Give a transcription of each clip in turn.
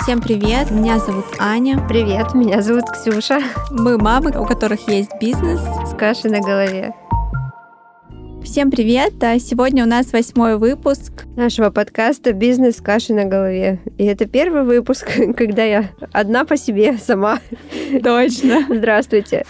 Всем привет, меня зовут Аня. Привет, меня зовут Ксюша. Мы мамы, у которых есть бизнес с кашей на голове. Всем привет! Сегодня у нас 8-й выпуск нашего подкаста «Бизнес с кашей на голове». И это первый выпуск, когда я одна по себе сама. Точно. Здравствуйте.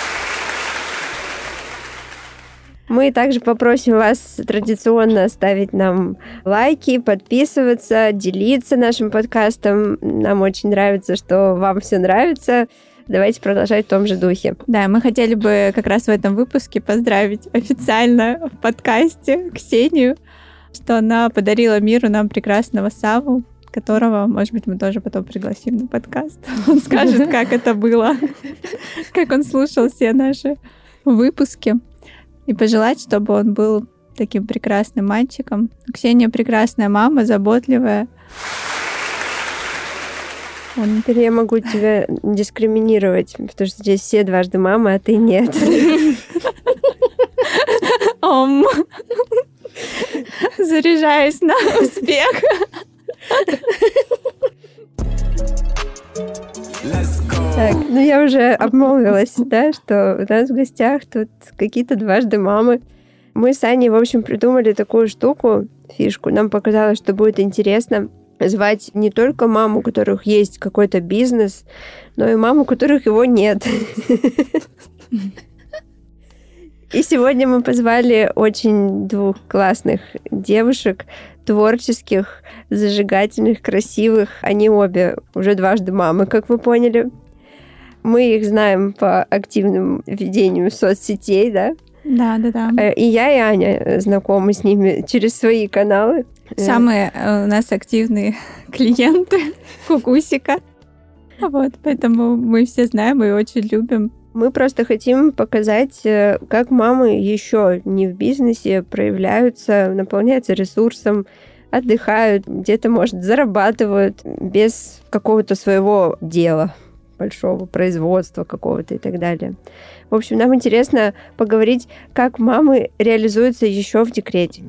Мы также попросим вас традиционно ставить нам лайки, подписываться, делиться нашим подкастом. Нам очень нравится, что вам все нравится. Давайте продолжать в том же духе. Да, мы хотели бы как раз в этом выпуске поздравить официально в подкасте Ксению, что она подарила миру нам прекрасного Саву, которого, может быть, мы тоже потом пригласим на подкаст. Он скажет, как это было, как он слушал все наши выпуски. И пожелать, чтобы он был таким прекрасным мальчиком. Ксения прекрасная мама, заботливая. Теперь я могу тебя дискриминировать, потому что здесь все дважды мама, а ты нет. Заряжаюсь на успех. Так, я уже обмолвилась, да, что у нас в гостях тут какие-то дважды мамы. Мы с Аней, в общем, придумали такую штуку, фишку. Нам показалось, что будет интересно звать не только мам, у которых есть какой-то бизнес, но и мам, у которых его нет. И сегодня мы позвали очень двух классных девушек, творческих, зажигательных, красивых. Они обе уже дважды мамы, как вы поняли. Мы их знаем по активному ведению соцсетей, да? Да. И я, и Аня знакомы с ними через свои каналы. Самые у нас активные клиенты Кукусика. Вот, поэтому мы все знаем и очень любим. Мы просто хотим показать, как мамы еще не в бизнесе проявляются, наполняются ресурсом, отдыхают, где-то, может, зарабатывают без какого-то своего дела, большого производства какого-то и так далее. В общем, нам интересно поговорить, как мамы реализуются еще в декрете.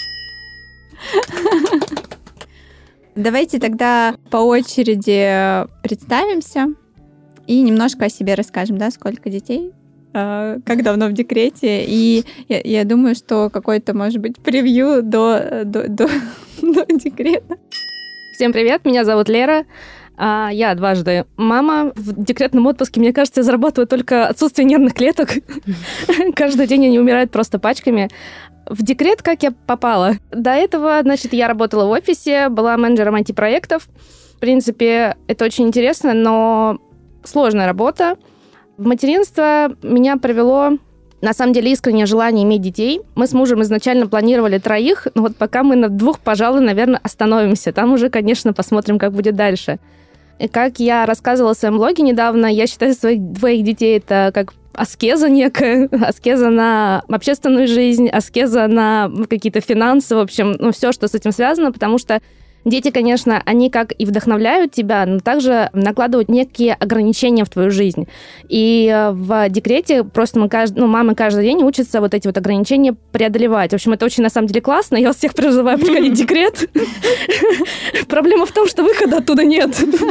Давайте тогда по очереди представимся и немножко о себе расскажем, да, сколько детей, как давно в декрете. И я думаю, что какой-то, может быть, превью до декрета. Всем привет, меня зовут Лера. Я дважды мама. В декретном отпуске, мне кажется, я зарабатываю только отсутствие нервных клеток. Каждый день они умирают просто пачками. В декрет как я попала? До этого, значит, я работала в офисе, была менеджером IT-проектов. В принципе, это очень интересно, но сложная работа. В материнство меня привело, на самом деле, искреннее желание иметь детей. Мы с мужем изначально планировали 3, но вот пока мы на 2, пожалуй, наверное, остановимся. Там уже, конечно, посмотрим, как будет дальше. И как я рассказывала в своем блоге недавно, я считаю своих 2 детей это как аскеза некая, аскеза на общественную жизнь, аскеза на какие-то финансы, в общем, все, что с этим связано, потому что дети, конечно, они как и вдохновляют тебя, но также накладывают некие ограничения в твою жизнь. И в декрете просто мамы каждый день учатся вот эти вот ограничения преодолевать. В общем, это очень, на самом деле, классно. Я вас всех призываю приходить в декрет. Проблема в том, что выхода оттуда нет.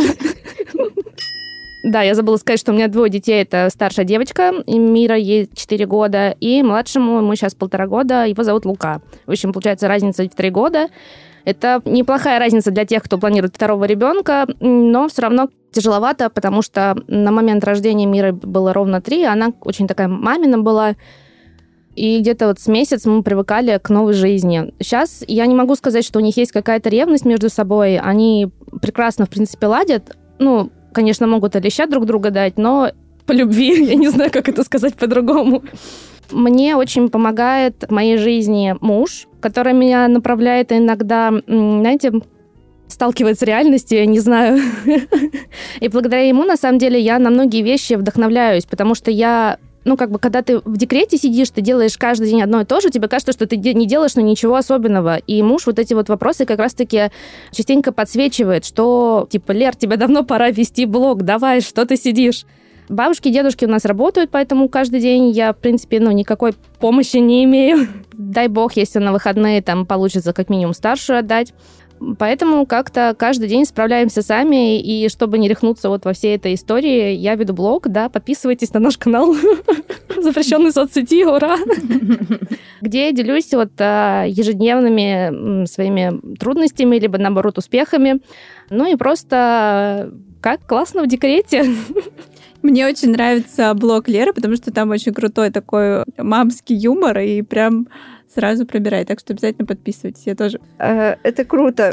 Да, я забыла сказать, что у меня 2 детей. Это старшая девочка, Мира, ей 4 года, и младшему, ему сейчас 1,5 года, его зовут Лука. В общем, получается разница в 3 года. Это неплохая разница для тех, кто планирует 2-го ребенка, но все равно тяжеловато, потому что на момент рождения Миры было ровно 3, она очень такая мамина была. И где-то вот с месяц мы привыкали к новой жизни. Сейчас я не могу сказать, что у них есть какая-то ревность между собой. Они прекрасно, в принципе, ладят. Конечно, могут и леща друг друга дать, но по любви, я не знаю, как это сказать по-другому. Мне очень помогает в моей жизни муж, который меня направляет иногда, знаете, сталкивает с реальностью, я не знаю. И благодаря ему, на самом деле, я на многие вещи вдохновляюсь, потому что я, когда ты в декрете сидишь, ты делаешь каждый день одно и то же, тебе кажется, что ты не делаешь ничего особенного. И муж вот эти вот вопросы как раз-таки частенько подсвечивает, что, Лер, тебе давно пора вести блог, давай, что ты сидишь? Бабушки и дедушки у нас работают, поэтому каждый день я, в принципе, никакой помощи не имею. Дай бог, если на выходные там получится как минимум старшую отдать. Поэтому как-то каждый день справляемся сами, и чтобы не рехнуться вот во всей этой истории, я веду блог, да, подписывайтесь на наш канал запрещенной соцсети, ура! Где я делюсь вот ежедневными своими трудностями, либо, наоборот, успехами. Ну и просто как классно в декрете. Мне очень нравится блог Леры, потому что там очень крутой такой мамский юмор, и прям сразу пробирает. Так что обязательно подписывайтесь, я тоже. Это круто.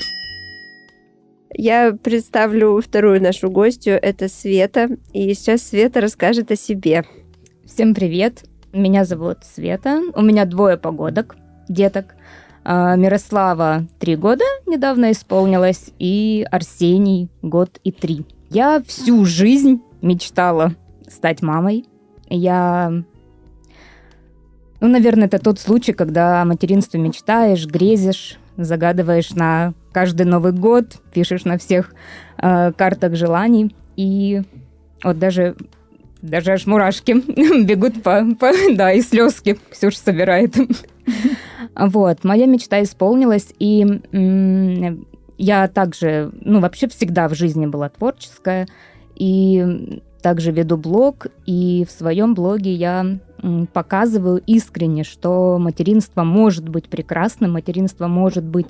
Я представлю вторую нашу гостью, это Света. И сейчас Света расскажет о себе. Всем привет, меня зовут Света, у меня 2 погодок, деток. Мирослава 3 года недавно исполнилось, и Арсений 1 год и 3. Я всю жизнь мечтала стать мамой. Наверное, это тот случай, когда о материнстве мечтаешь, грезишь, загадываешь на каждый Новый год, пишешь на всех картах желаний. И вот даже аж мурашки бегут да, и слезки Ксюша собирает. Вот, моя мечта исполнилась, и я также, вообще всегда в жизни была творческая, и также веду блог, и в своем блоге я показываю искренне, что материнство может быть прекрасным, материнство может быть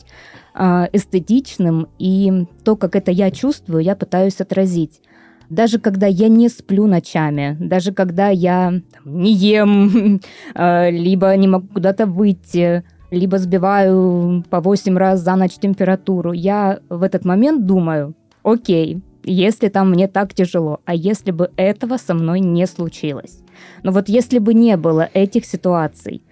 эстетичным, и то, как это я чувствую, я пытаюсь отразить. Даже когда я не сплю ночами, даже когда я не ем, либо не могу куда-то выйти, либо сбиваю по 8 раз за ночь температуру, я в этот момент думаю, окей, если там мне так тяжело, а если бы этого со мной не случилось? Но вот если бы не было этих ситуаций,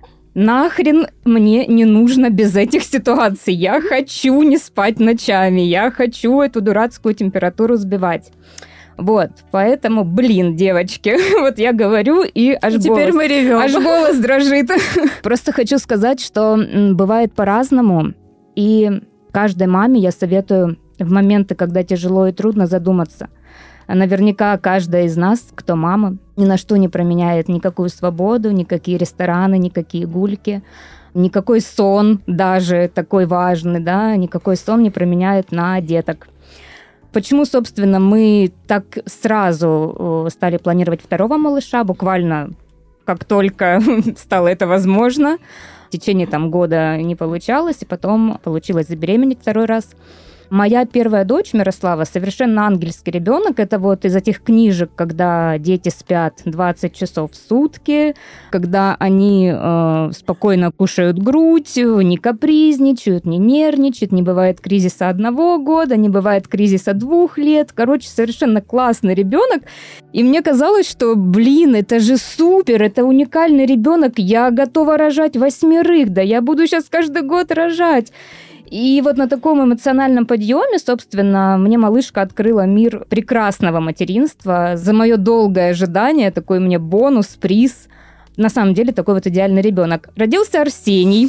нахрен мне не нужно без этих ситуаций? Я хочу не спать ночами, я хочу эту дурацкую температуру сбивать. Вот, поэтому, девочки, вот я говорю, и теперь мы ревем. Аж голос дрожит. Просто хочу сказать, что бывает по-разному, и каждой маме я советую в моменты, когда тяжело и трудно, задуматься. Наверняка каждая из нас, кто мама, ни на что не променяет никакую свободу, никакие рестораны, никакие гульки, никакой сон, даже такой важный, да, никакой сон не променяет на деток. Почему, собственно, мы так сразу стали планировать 2-го малыша, буквально как только стало это возможно. В течение года не получалось, и потом получилось забеременеть 2-й раз. Моя первая дочь, Мирослава, совершенно ангельский ребенок. Это вот из этих книжек, когда дети спят 20 часов в сутки, когда они спокойно кушают грудь, не капризничают, не нервничают, не бывает кризиса 1 года, не бывает кризиса 2 лет. Короче, совершенно классный ребенок. И мне казалось, что, это же супер, это уникальный ребенок, я готова рожать 8, да я буду сейчас каждый год рожать. И вот на таком эмоциональном подъеме, собственно, мне малышка открыла мир прекрасного материнства. За мое долгое ожидание, такой мне бонус, приз. На самом деле, такой вот идеальный ребенок. Родился Арсений.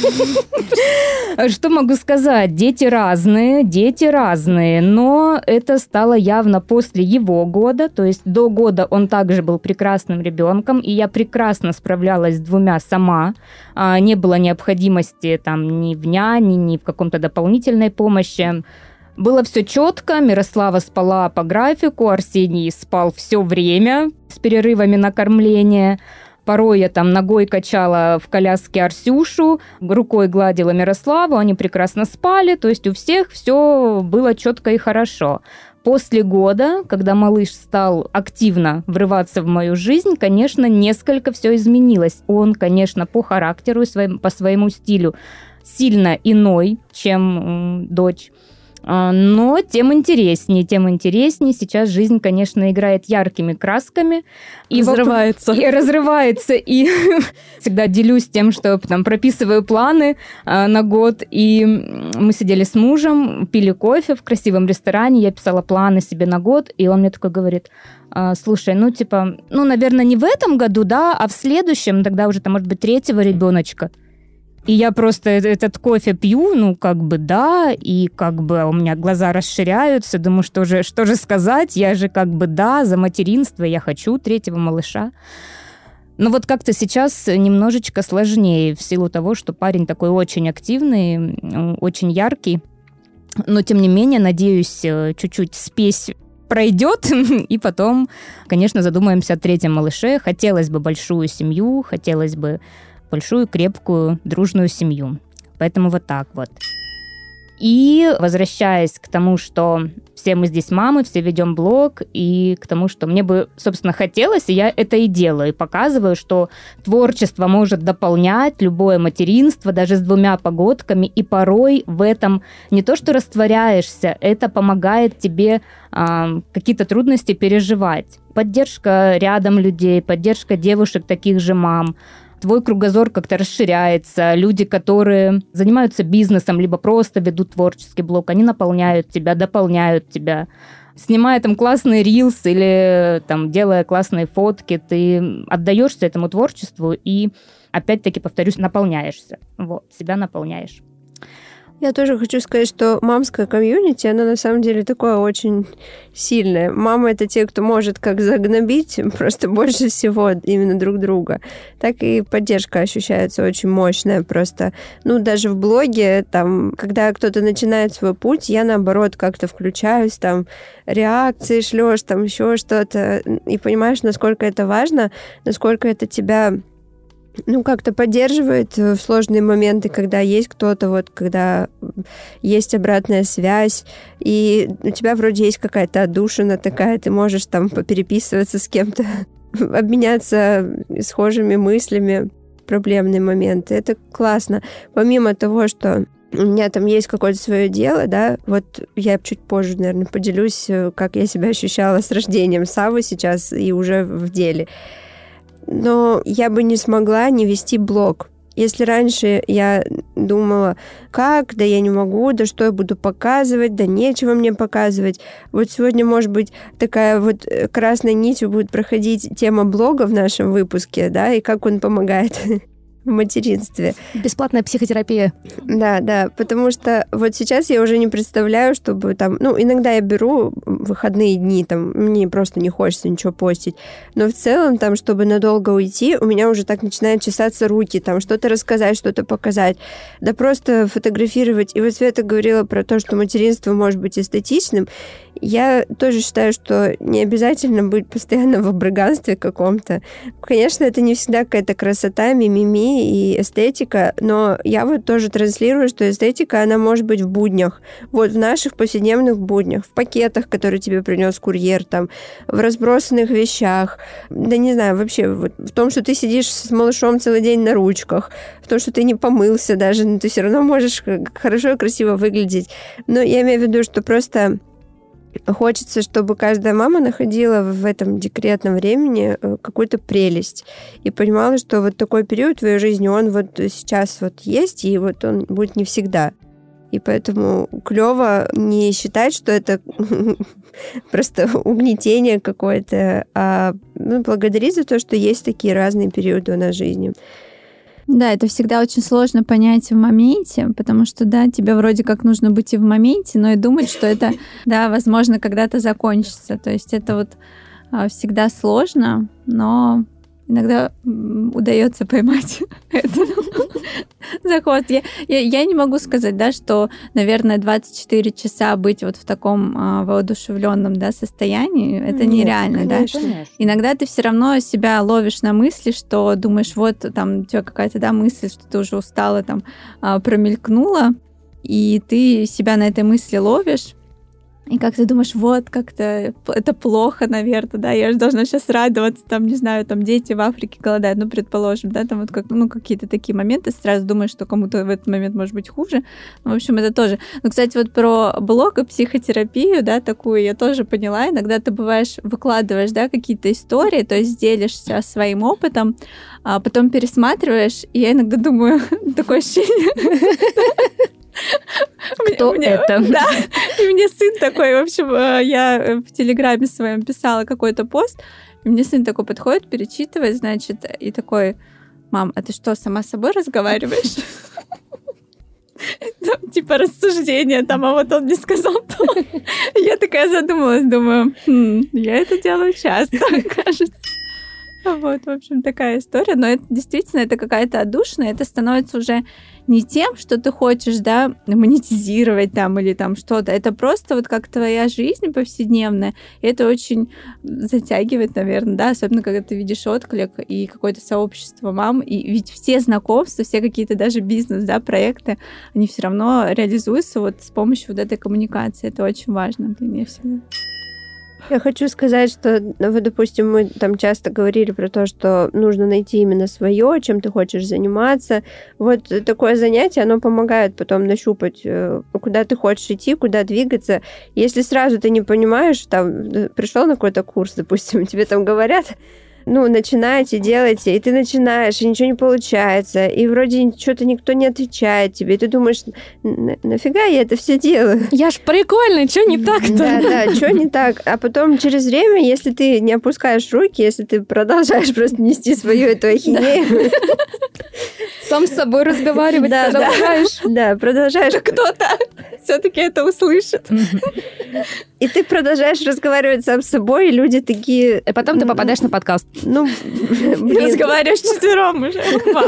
Что могу сказать? Дети разные, но это стало явно после его года. То есть до года он также был прекрасным ребенком, и я прекрасно справлялась с 2 сама. Не было необходимости ни в няне, ни в каком-то дополнительной помощи. Было все четко, Мирослава спала по графику, Арсений спал все время с перерывами на кормление. Порой я ногой качала в коляске Арсюшу, рукой гладила Мирославу, они прекрасно спали, то есть у всех все было четко и хорошо. После года, когда малыш стал активно врываться в мою жизнь, конечно, несколько все изменилось. Он, конечно, по характеру и по своему стилю сильно иной, чем дочь. Но тем интереснее. Сейчас жизнь, конечно, играет яркими красками. Разрывается. И разрывается. И всегда делюсь тем, что прописываю планы на год. И мы сидели с мужем, пили кофе в красивом ресторане. Я писала планы себе на год. И он мне такой говорит: слушай, наверное, не в этом году, да, а в следующем, тогда уже, может быть, 3-го ребеночка. И я просто этот кофе пью, да, и у меня глаза расширяются, думаю, что же сказать, я же да, за материнство, я хочу 3-го малыша. Но вот как-то сейчас немножечко сложнее в силу того, что парень такой очень активный, очень яркий. Но, тем не менее, надеюсь, чуть-чуть спесь пройдет, и потом, конечно, задумаемся о третьем малыше. Хотелось бы большую семью, хотелось бы большую, крепкую, дружную семью. Поэтому вот так вот. И возвращаясь к тому, что все мы здесь мамы, все ведем блог, и к тому, что мне бы, собственно, хотелось, и я это и делаю, и показываю, что творчество может дополнять любое материнство, даже с 2 погодками, и порой в этом не то, что растворяешься, это помогает тебе какие-то трудности переживать. Поддержка рядом людей, поддержка девушек, таких же мам, твой кругозор как-то расширяется. Люди, которые занимаются бизнесом, либо просто ведут творческий блог, они наполняют тебя, дополняют тебя. Снимая там классные рилсы или там, делая классные фотки, ты отдаешься этому творчеству и, опять-таки, повторюсь, наполняешься. Вот, себя наполняешь. Я тоже хочу сказать, что мамская комьюнити, она на самом деле такое очень сильное. Мамы — это те, кто может как загнобить просто больше всего именно друг друга, так и поддержка ощущается очень мощная просто. Ну, даже в блоге, там, когда кто-то начинает свой путь, я, наоборот, как-то включаюсь, там, реакции шлёшь, там, еще что-то, и понимаешь, насколько это важно, насколько это тебя... как-то поддерживает в сложные моменты, когда есть кто-то, вот, когда есть обратная связь, и у тебя вроде есть какая-то отдушина такая, ты можешь там попереписываться с кем-то, обменяться схожими мыслями, проблемные моменты. Это классно. Помимо того, что у меня там есть какое-то свое дело, да, вот я чуть позже, наверное, поделюсь, как я себя ощущала с рождением Савы сейчас и уже в деле. Но я бы не смогла не вести блог. Если раньше я думала, как, да я не могу, да что я буду показывать, да нечего мне показывать. Вот сегодня, может быть, такая вот красной нитью будет проходить тема блога в нашем выпуске, да, и как он помогает в материнстве. Бесплатная психотерапия. Да, потому что вот сейчас я уже не представляю, чтобы там... иногда я беру выходные дни, там, мне просто не хочется ничего постить, но в целом, там, чтобы надолго уйти, у меня уже так начинают чесаться руки, там, что-то рассказать, что-то показать, да просто фотографировать. И вот Света говорила про то, что материнство может быть эстетичным. Я тоже считаю, что не обязательно быть постоянно в обрыганстве каком-то. Конечно, это не всегда какая-то красота, мимими и эстетика, но я вот тоже транслирую, что эстетика, она может быть в буднях, вот в наших повседневных буднях, в пакетах, которые тебе принес курьер, там, в разбросанных вещах, да не знаю, вообще вот в том, что ты сидишь с малышом целый день на ручках, в том, что ты не помылся даже, но ты все равно можешь хорошо и красиво выглядеть. Но я имею в виду, что просто хочется, чтобы каждая мама находила в этом декретном времени какую-то прелесть и понимала, что вот такой период в ее жизни, он вот сейчас вот есть, и вот он будет не всегда. И поэтому клево не считать, что это просто угнетение какое-то, а благодарить за то, что есть такие разные периоды у нас в жизни. Да, это всегда очень сложно понять в моменте, потому что, да, тебе вроде как нужно быть и в моменте, но и думать, что это, да, возможно, когда-то закончится. То есть это вот всегда сложно, но иногда удается поймать этот заход. Я не могу сказать, да, что, наверное, 24 часа быть вот в таком воодушевленном, да, состоянии, это нереально, конечно, да. Конечно. Иногда ты все равно себя ловишь на мысли, что думаешь, вот там у тебя какая-то, да, мысль, что ты уже устала, там, промелькнула, и ты себя на этой мысли ловишь, и как ты думаешь, вот, как-то это плохо, наверное, да, я же должна сейчас радоваться, там, не знаю, там, дети в Африке голодают, предположим, да, там вот как, какие-то такие моменты, сразу думаешь, что кому-то в этот момент может быть хуже. В общем, это тоже. Но, кстати, вот про блог и психотерапию, да, такую я тоже поняла. Иногда ты выкладываешь, да, какие-то истории, то есть делишься своим опытом, а потом пересматриваешь, и я иногда думаю, такое ощущение... Кто это? Да, и мне сын такой, в общем, я в Телеграме своем писала какой-то пост, и мне сын такой подходит, перечитывает, значит, и такой: мам, а ты что, сама с собой разговариваешь? Там, типа рассуждения, там, а вот он мне сказал то. Я такая задумалась, думаю, я это делаю часто, кажется. Вот, в общем, такая история. Но это действительно, это какая-то отдушина, это становится уже не тем, что ты хочешь, да, монетизировать там или там что-то. Это просто вот как твоя жизнь повседневная. И это очень затягивает, наверное, да, особенно когда ты видишь отклик и какое-то сообщество мам. И ведь все знакомства, все какие-то даже бизнес, да, проекты, они все равно реализуются вот с помощью вот этой коммуникации. Это очень важно для меня всегда. Я хочу сказать, что, вот, допустим, мы там часто говорили про то, что нужно найти именно свое, чем ты хочешь заниматься. Вот такое занятие, оно помогает потом нащупать, куда ты хочешь идти, куда двигаться. Если сразу ты не понимаешь, там, пришел на какой-то курс, допустим, тебе там говорят, начинайте, делайте, и ты начинаешь, и ничего не получается, и вроде что-то никто не отвечает тебе, и ты думаешь, нафига я это все делаю? Я ж прикольный, что не так-то? Да, что не так? А потом через время, если ты не опускаешь руки, если ты продолжаешь просто нести свою эту ахинею... Сам с собой разговаривать продолжаешь. Да, продолжаешь. Кто-то все-таки это услышит. И ты продолжаешь разговаривать сам с собой, и люди такие... И потом ты попадаешь на подкаст. Разговариваешь четвером уже.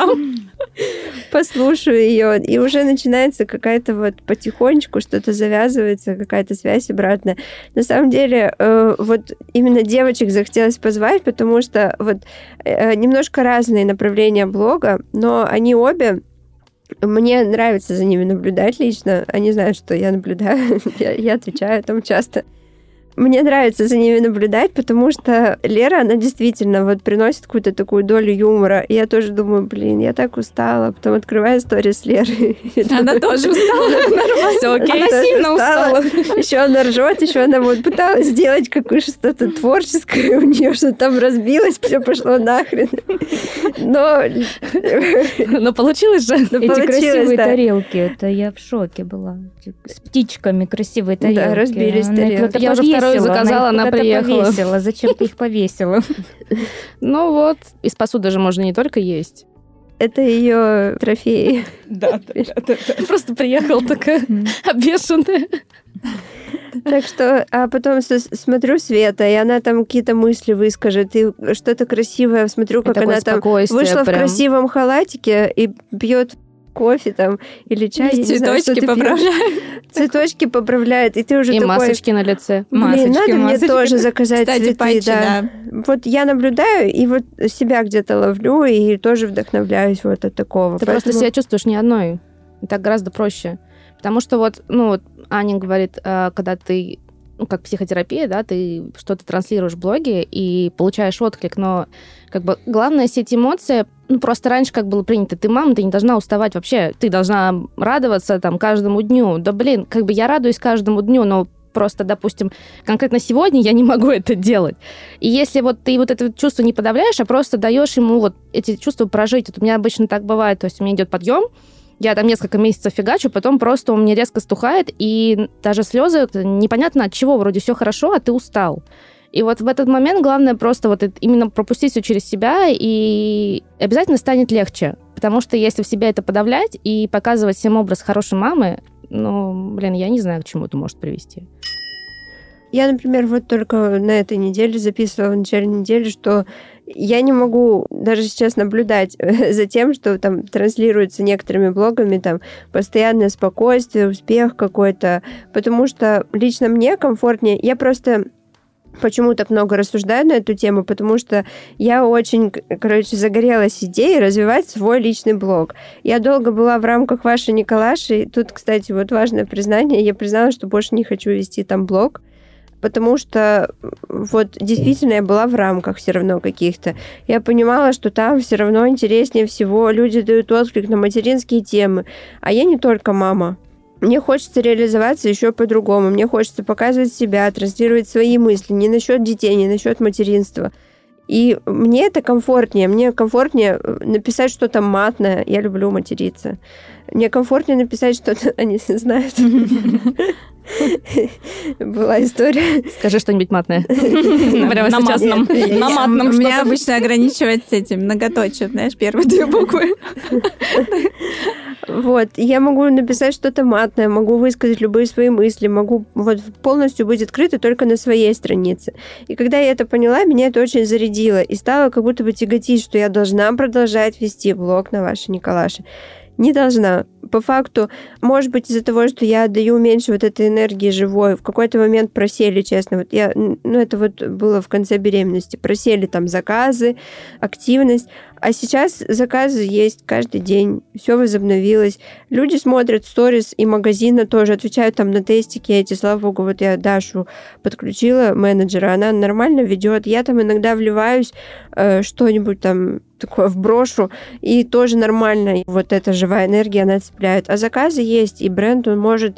Послушаю ее, и уже начинается какая-то вот потихонечку что-то завязывается, какая-то связь обратная. На самом деле, вот именно девочек захотелось позвать, потому что вот немножко разные направления блога, но они обе... Мне нравится за ними наблюдать лично. Они знают, что я наблюдаю. Я отвечаю там часто. Мне нравится за ними наблюдать, потому что Лера, она действительно вот приносит какую-то такую долю юмора. И я тоже думаю, я так устала. Потом открываю историю с Лерой. Она тоже устала. Нормально. Все окей. Она сильно устала. Еще она ржет, еще она вот пыталась сделать какое-то что-то творческое. У нее что-то там разбилось, все пошло нахрен. Но получилось же. Эти красивые тарелки, это я в шоке была. С птичками красивые тарелки. Да, разбились тарелки. Я уже вторую заказала, она приехала. Повесила. Зачем ты их повесила? Ну вот, из посуды же можно не только есть. Это ее трофеи. Да. Просто приехала такая обвешанная. Так что, а потом смотрю Света, и она там какие-то мысли выскажет, и что-то красивое, смотрю, как она там вышла в красивом халатике и пьет кофе там или чай. И цветочки поправляет. Цветочки поправляет, и ты уже и такой... масочки на лице. Надо мне тоже заказать Кстати, цветы. патчи, да. Вот я наблюдаю, и вот себя где-то ловлю, и тоже вдохновляюсь вот от такого. Ты просто себя чувствуешь не одной. Так гораздо проще. Потому что вот Аня говорит, когда ты, как психотерапия, да, ты что-то транслируешь в блоге и получаешь отклик, но как бы главное сеть эмоций, просто раньше как было принято, ты мама, ты не должна уставать вообще, ты должна радоваться там каждому дню. Да как бы я радуюсь каждому дню, но просто, допустим, конкретно сегодня я не могу это делать. И если вот ты вот это чувство не подавляешь, а просто даешь ему вот эти чувства прожить, вот у меня обычно так бывает, то есть у меня идет подъем, я там несколько месяцев фигачу, потом просто у меня резко стухает, и даже слезы, непонятно от чего, вроде все хорошо, а ты устал. И вот в этот момент главное просто вот именно пропустить все через себя, и обязательно станет легче. Потому что если в себя это подавлять и показывать всем образ хорошей мамы, я не знаю, к чему это может привести. Я, например, вот только на этой неделе записывала в начале недели, что я не могу даже сейчас наблюдать за тем, что там транслируется некоторыми блогами, там постоянное спокойствие, успех какой-то, потому что лично мне комфортнее. Я просто почему так много рассуждаю на эту тему, потому что я очень, загорелась идеей развивать свой личный блог. Я долго была в рамках Ваши Николаши, и тут, кстати, вот важное признание, я признала, что больше не хочу вести там блог, потому что вот действительно я была в рамках все равно каких-то. Я понимала, что там все равно интереснее всего, люди дают отклик на материнские темы, а я не только мама. Мне хочется реализоваться еще по-другому, мне хочется показывать себя, транслировать свои мысли не насчет детей, не насчет материнства. И мне это комфортнее. Мне комфортнее написать что-то матное. Я люблю материться. Мне комфортнее написать что-то... Они знают. Была история. Скажи что-нибудь матное. На матном. На матном. Меня обычно ограничивает с этим многоточием, знаешь, первые две буквы. Вот, я могу написать что-то матное, могу высказать любые свои мысли, могу вот полностью быть открытой только на своей странице. И когда я это поняла, меня это очень зарядило и стало как будто бы тяготить, что я должна продолжать вести блог на Ваши Николаши. Не должна. По факту, может быть, из-за того, что я отдаю меньше вот этой энергии живой, в какой-то момент просели, честно. Вот я, это вот было в конце беременности. Просели там заказы, активность. А сейчас заказы есть каждый день. Все возобновилось. Люди смотрят сторис и магазина тоже, отвечают там на тестики эти. Слава богу, вот я Дашу подключила, менеджера, она нормально ведет. Я там иногда вливаюсь что-нибудь там такое вброшу, и тоже нормально. Вот эта живая энергия, она цепляет. А заказы есть, и бренд, он может...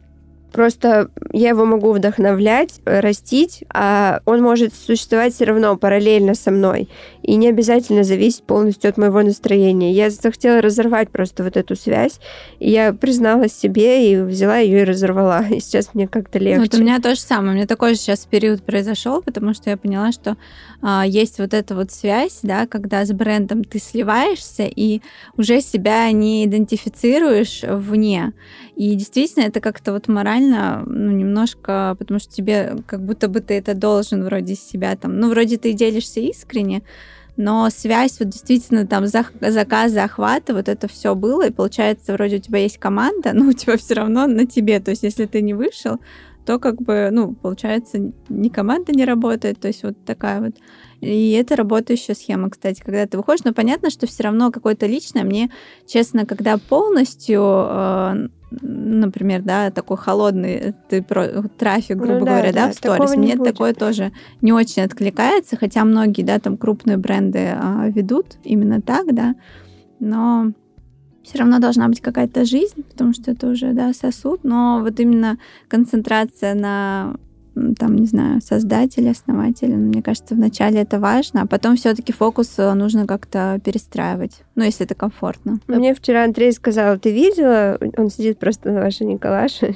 Просто я его могу вдохновлять, растить, а он может существовать все равно параллельно со мной. И не обязательно зависеть полностью от моего настроения. Я захотела разорвать просто вот эту связь. И я призналась себе и взяла ее и разорвала. И сейчас мне как-то легче. Вот у меня то же самое. У меня такой же сейчас период произошел, потому что я поняла, что есть вот эта вот связь, да, когда с брендом ты сливаешься и уже себя не идентифицируешь вне. И действительно, это как-то вот морально, немножко, потому что тебе как будто бы ты это должен вроде себя там, вроде ты делишься искренне, но связь вот действительно там заказы, охваты, вот это все было, и получается, вроде у тебя есть команда, но у тебя все равно на тебе, то есть если ты не вышел, то как бы, получается, ни команда не работает, то есть вот такая вот. И это работающая схема, кстати, когда ты выходишь, но понятно, что все равно какое-то личное. Мне, честно, когда полностью, например, да, такой холодный трафик, грубо говоря, да, в сторис, мне такое тоже не очень откликается, хотя многие, да, там крупные бренды ведут именно так, да, но все равно должна быть какая-то жизнь, потому что это уже, да, сосуд, но вот именно концентрация на, там, не знаю, создателя, основателя, мне кажется, вначале это важно, а потом все-таки фокус нужно как-то перестраивать, если это комфортно. Мне вчера Андрей сказал, ты видела, он сидит просто на Ваши Николаши,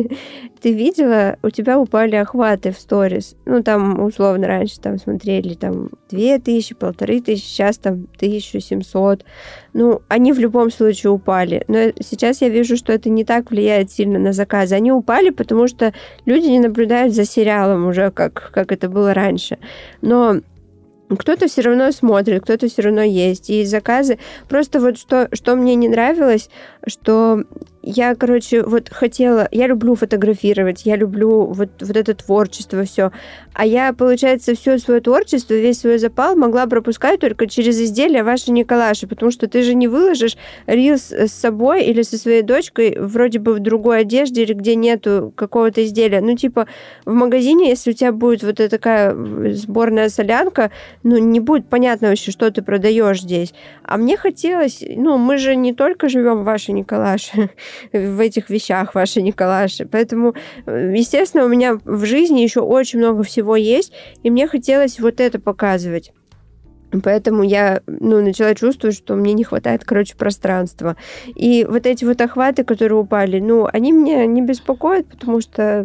ты видела, у тебя упали охваты в сторис, там, условно, раньше там смотрели там 2000, 1500, сейчас там 1700, они в любом случае упали, но сейчас я вижу, что это не так влияет сильно на заказы, они упали, потому что люди не наблюдают за сериалом уже, как это было раньше, но кто-то все равно смотрит, кто-то все равно есть. И заказы... Просто вот что мне не нравилось, что я, хотела... Я люблю фотографировать, я люблю вот это творчество, все. А я, получается, все свое творчество, весь свой запал могла пропускать только через изделия Ваши Николаши, потому что ты же не выложишь рилс с собой или со своей дочкой вроде бы в другой одежде или где нету какого-то изделия. В магазине, если у тебя будет вот такая сборная солянка, не будет понятно вообще, что ты продаешь здесь. А мне хотелось... мы же не только живем в Ваши Николаши, в этих вещах Ваши Николаши. Поэтому, естественно, у меня в жизни еще очень много всего есть, и мне хотелось вот это показывать. Поэтому я начала чувствовать, что мне не хватает, пространства. И вот эти вот охваты, которые упали, они меня не беспокоят, потому что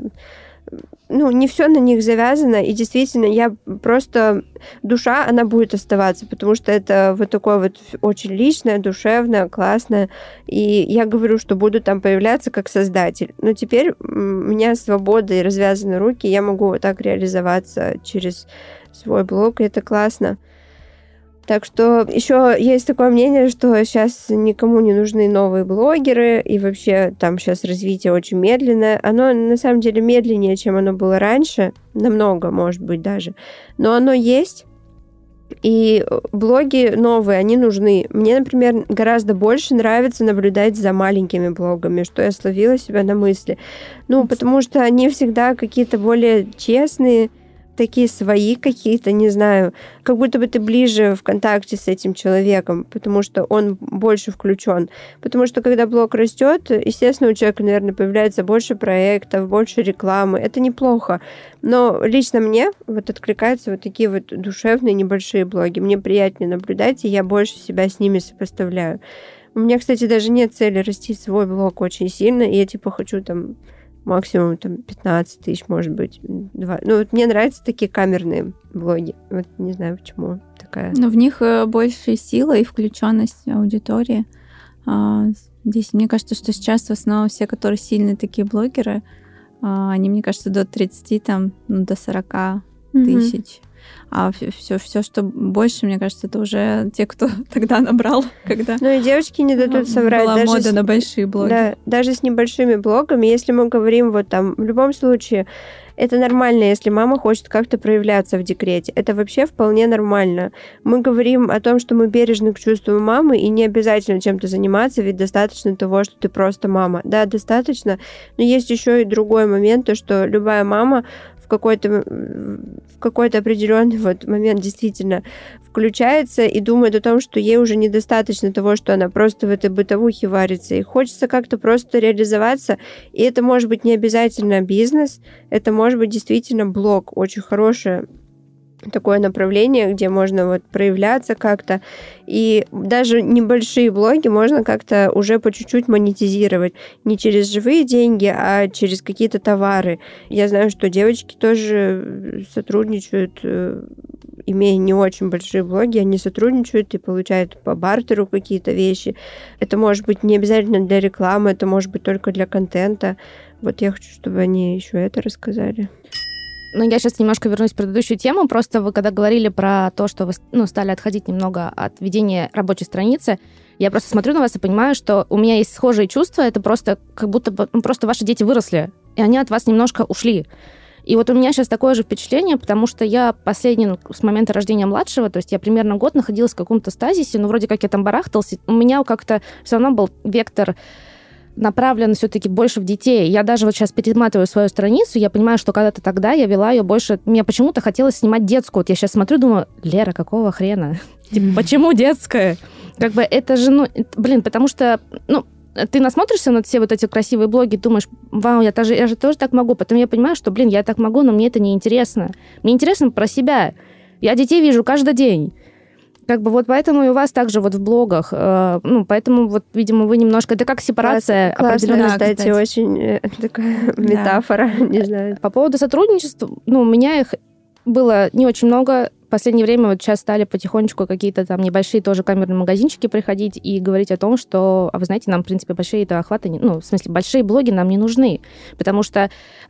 не все на них завязано, и действительно, я просто... Душа, она будет оставаться, потому что это вот такое вот очень личное, душевное, классное, и я говорю, что буду там появляться как создатель. Но теперь у меня свобода и развязаны руки, я могу вот так реализоваться через свой блог, и это классно. Так что еще есть такое мнение, что сейчас никому не нужны новые блогеры, и вообще там сейчас развитие очень медленное. Оно на самом деле медленнее, чем оно было раньше, намного, может быть, даже. Но оно есть, и блоги новые, они нужны. Мне, например, гораздо больше нравится наблюдать за маленькими блогами, что я словила себя на мысли. Потому что они всегда какие-то более честные, такие свои какие-то, не знаю, как будто бы ты ближе в контакте с этим человеком, потому что он больше включен. Потому что когда блог растет, естественно, у человека, наверное, появляется больше проектов, больше рекламы. Это неплохо. Но лично мне вот откликаются вот такие вот душевные небольшие блоги. Мне приятнее наблюдать, и я больше себя с ними сопоставляю. У меня, кстати, даже нет цели растить свой блог очень сильно, и я хочу там максимум 15 тысяч, может быть, 2. Мне нравятся такие камерные блоги. Вот не знаю, почему такая. Но в них больше сила и включенность аудитории. Здесь, мне кажется, что сейчас в основном все, которые сильные такие блогеры, они, мне кажется, до 30, там, до 40 тысяч. А все, что больше, мне кажется, это уже те, кто тогда набрал, когда... Ну и девочки не дадут соврать. Была мода на большие блоги. Да, даже с небольшими блогами, если мы говорим вот там, в любом случае, это нормально, если мама хочет как-то проявляться в декрете. Это вообще вполне нормально. Мы говорим о том, что мы бережны к чувству мамы, и не обязательно чем-то заниматься, ведь достаточно того, что ты просто мама. Да, достаточно, но есть еще и другой момент, то, что любая мама в какой-то определенный вот момент действительно включается и думает о том, что ей уже недостаточно того, что она просто в этой бытовухе варится. И хочется как-то просто реализоваться. И это может быть не обязательно бизнес, это может быть действительно блог. Очень хорошее такое направление, где можно вот проявляться как-то. И даже небольшие блоги можно как-то уже по чуть-чуть монетизировать. Не через живые деньги, а через какие-то товары. Я знаю, что девочки тоже сотрудничают, имея не очень большие блоги, они сотрудничают и получают по бартеру какие-то вещи. Это может быть не обязательно для рекламы, это может быть только для контента. Вот я хочу, чтобы они еще это рассказали. Ну, я сейчас немножко вернусь в предыдущую тему. Просто вы когда говорили про то, что вы стали отходить немного от ведения рабочей страницы, я просто смотрю на вас и понимаю, что у меня есть схожие чувства. Это просто как будто бы просто ваши дети выросли, и они от вас немножко ушли. И вот у меня сейчас такое же впечатление, потому что я с момента рождения младшего, то есть я примерно год находилась в каком-то стазисе, но вроде как я там барахталась, у меня как-то все равно был вектор направлен все-таки больше в детей. Я даже вот сейчас перематываю свою страницу, я понимаю, что когда-то тогда я вела ее больше... Мне почему-то хотелось снимать детскую. Вот я сейчас смотрю, думаю, Лера, какого хрена? Почему детская? Как бы это же, потому что, ты насмотришься на все вот эти красивые блоги, думаешь, вау, я же тоже так могу. Потом я понимаю, что, я так могу, но мне это не интересно. Мне интересно про себя. Я детей вижу каждый день. Как бы вот поэтому и у вас также вот в блогах, поэтому вот, видимо, вы немножко... Это как сепарация определенная. Кстати, очень такая метафора, не знаю. По поводу сотрудничества, у меня их было не очень много. В последнее время вот сейчас стали потихонечку какие-то там небольшие тоже камерные магазинчики приходить и говорить о том, что, вы знаете, нам, в принципе, большие-то охваты, в смысле, большие блоги нам не нужны, потому что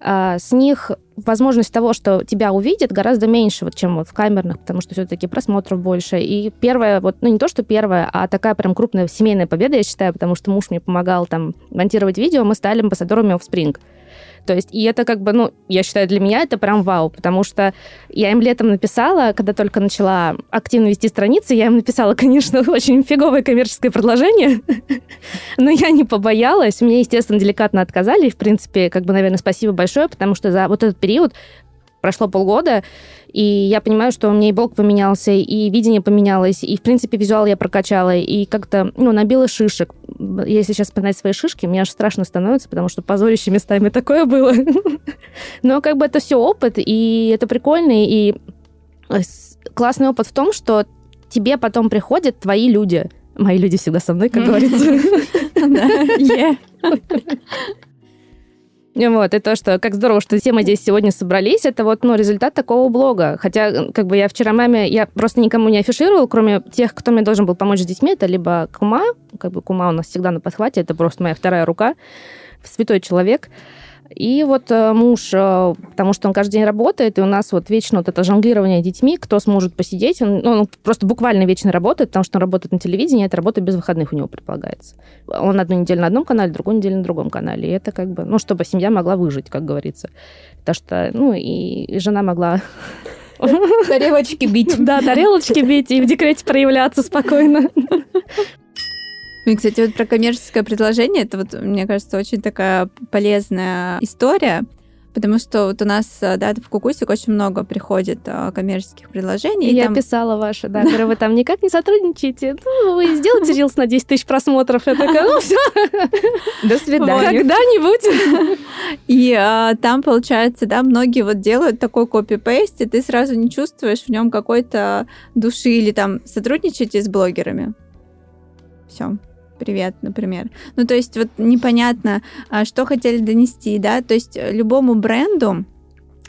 с них возможность того, что тебя увидят, гораздо меньше, чем в камерных, потому что все-таки просмотров больше. И первая, не то, что первая, а такая прям крупная семейная победа, я считаю, потому что муж мне помогал там монтировать видео, мы стали амбассадорами Offspring. То есть, и это я считаю, для меня это прям вау, потому что я им летом написала, когда только начала активно вести страницы, я им написала, конечно, очень фиговое коммерческое предложение, но я не побоялась. Мне, естественно, деликатно отказали, и, в принципе, наверное, спасибо большое, потому что за вот этот период прошло полгода, и я понимаю, что у меня и блог поменялся, и видение поменялось, и, в принципе, визуал я прокачала, и как-то, набила шишек. Если сейчас вспоминать свои шишки, мне аж страшно становится, потому что позорище местами такое было. Но это все опыт, и это прикольно, и классный опыт в том, что тебе потом приходят твои люди. Мои люди всегда со мной, как говорится. Вот, и то, что как здорово, что все мы здесь сегодня собрались, это результат такого блога. Хотя, я вчера маме, я просто никому не афишировала, кроме тех, кто мне должен был помочь с детьми, это либо кума, кума у нас всегда на подхвате, это просто моя вторая рука, святой человек. И муж, потому что он каждый день работает, и у нас вечно это жонглирование детьми, кто сможет посидеть, он просто буквально вечно работает, потому что он работает на телевидении, это работа без выходных у него предполагается. Он одну неделю на одном канале, другую неделю на другом канале, и это чтобы семья могла выжить, как говорится. Потому что, и жена могла... Тарелочки бить. Да, тарелочки бить и в декрете проявляться спокойно. И, кстати, про коммерческое предложение, это мне кажется, очень такая полезная история, потому что у нас, в Кукусик очень много приходит коммерческих предложений. Я писала ваши, говорю, вы там никак не сотрудничаете, вы сделаете рилс на 10 тысяч просмотров. Я такая, все, до свидания. Когда-нибудь. И там, получается, многие делают такой копи-пейст, и ты сразу не чувствуешь в нем какой-то души, или там сотрудничаете с блогерами. Все. Привет, например. То есть непонятно, что хотели донести, да, то есть любому бренду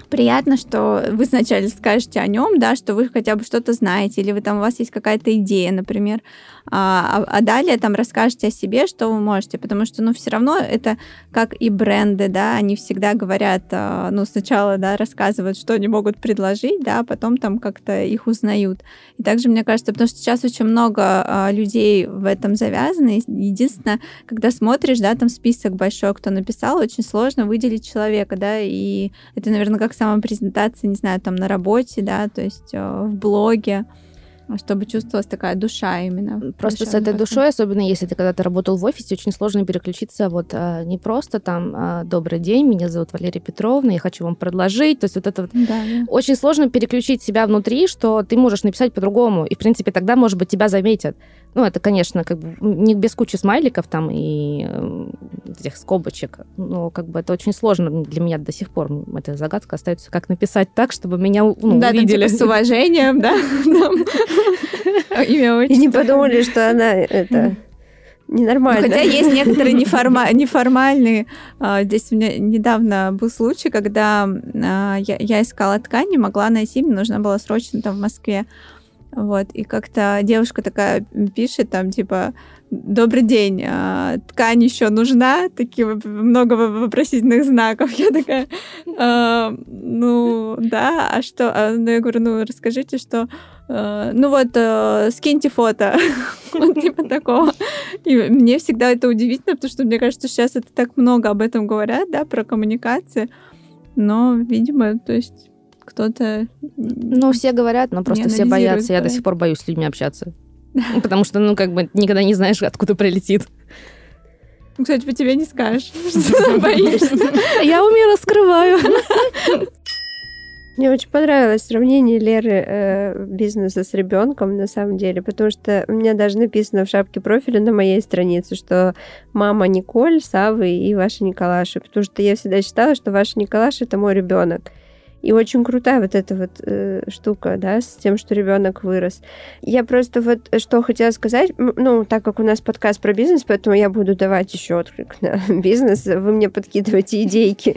приятно, что вы сначала скажете о нем, да, что вы хотя бы что-то знаете, или вы там, у вас есть какая-то идея, например, а далее там расскажете о себе, что вы можете, потому что, ну, все равно это как и бренды, да, они всегда говорят, ну, сначала, да, рассказывают, что они могут предложить, да, а потом там как-то их узнают. И также, мне кажется, потому что сейчас очень много людей в этом завязано, единственное, когда смотришь, да, там список большой, кто написал, очень сложно выделить человека, да, и это, наверное, как самопрезентация, не знаю, там на работе, да, то есть в блоге, чтобы чувствовалась такая душа именно. Просто с этой душой, особенно если ты когда-то работал в офисе, очень сложно переключиться вот не просто там «Добрый день, меня зовут Валерия Петровна, я хочу вам предложить». То есть вот это вот очень сложно переключить себя внутри, что ты можешь написать по-другому, и, в принципе, тогда, может быть, тебя заметят. Ну, это, конечно, как бы не без кучи смайликов там и этих скобочек, но как бы это очень сложно для меня до сих пор. Эта загадка остается, как написать так, чтобы меня увидели. Да, с уважением, да. И не подумали, что она это ненормально. Хотя есть некоторые неформальные. Здесь у меня недавно был случай, когда я искала ткани, могла найти, мне нужно было срочно там в Москве. Вот, и как-то девушка такая пишет там, типа, «Добрый день, ткань еще нужна?» Такие много вопросительных знаков. Я такая, ну, да, а что? Ну, я говорю, ну, расскажите, что... Ну вот, скиньте фото. Вот типа такого. И мне всегда это удивительно, потому что мне кажется, сейчас это так много об этом говорят, да, про коммуникации. Но, видимо, то есть... кто-то... Ну, все говорят, но просто все боятся. Я до сих пор боюсь с людьми общаться. Потому что, ну, как бы никогда не знаешь, откуда прилетит. Кстати, по тебе не скажешь, что боишься. Я умею раскрываю. Мне очень понравилось сравнение Леры бизнеса с ребенком, на самом деле, потому что у меня даже написано в шапке профиля на моей странице, что мама Николь, Савы и Ваша Николаша, потому что я всегда считала, что Ваша Николаша — это мой ребенок. И очень крутая вот эта вот штука, да, с тем, что ребенок вырос. Я просто вот что хотела сказать, ну, так как у нас подкаст про бизнес, поэтому я буду давать еще отклик на бизнес, вы мне подкидываете идейки.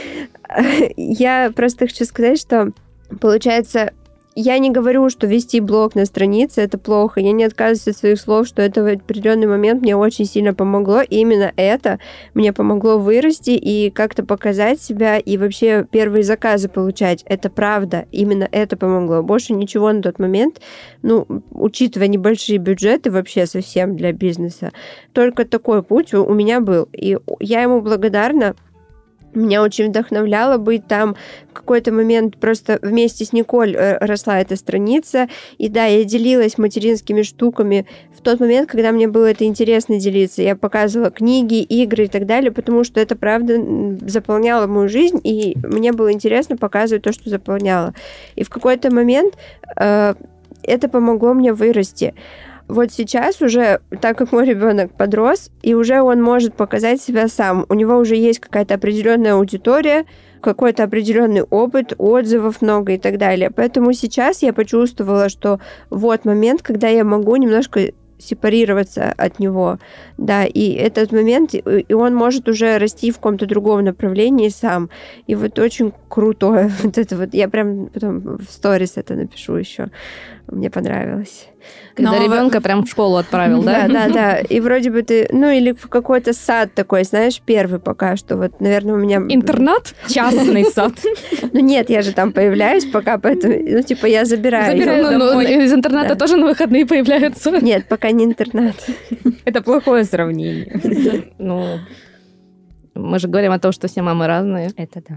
Я просто хочу сказать, что, получается, я не говорю, что вести блог на странице — это плохо. Я не отказываюсь от своих слов, что это в определенный момент мне очень сильно помогло. И именно это мне помогло вырасти и как-то показать себя, и вообще первые заказы получать. Это правда. Именно это помогло. Больше ничего на тот момент, ну, учитывая небольшие бюджеты вообще совсем для бизнеса, только такой путь у меня был. И я ему благодарна. Меня очень вдохновляло быть там. В какой-то момент просто вместе с Николь росла эта страница. И да, я делилась материнскими штуками в тот момент, когда мне было это интересно делиться. Я показывала книги, игры и так далее, потому что это, правда, заполняло мою жизнь, и мне было интересно показывать то, что заполняло. И в какой-то момент это помогло мне вырасти. Вот сейчас уже, так как мой ребенок подрос, и уже он может показать себя сам, у него уже есть какая-то определенная аудитория, какой-то определенный опыт, отзывов много и так далее. Поэтому сейчас я почувствовала, что вот момент, когда я могу немножко сепарироваться от него, да, и этот момент, и он может уже расти в каком-то другом направлении сам. И вот очень крутое вот это вот, я прям потом в сторис это напишу еще, мне понравилось. Когда ребенка прям в школу отправил, да? Да. И вроде бы ты, ну или в какой-то сад такой, знаешь, первый пока что, вот, наверное, у меня... Интернат? Частный сад. Ну нет, я же там появляюсь пока, поэтому, ну типа я забираю. Ну, из интерната тоже на выходные появляются. Нет, пока не интернат. Это плохое сравнение. Ну, мы же говорим о том, что все мамы разные. Это да.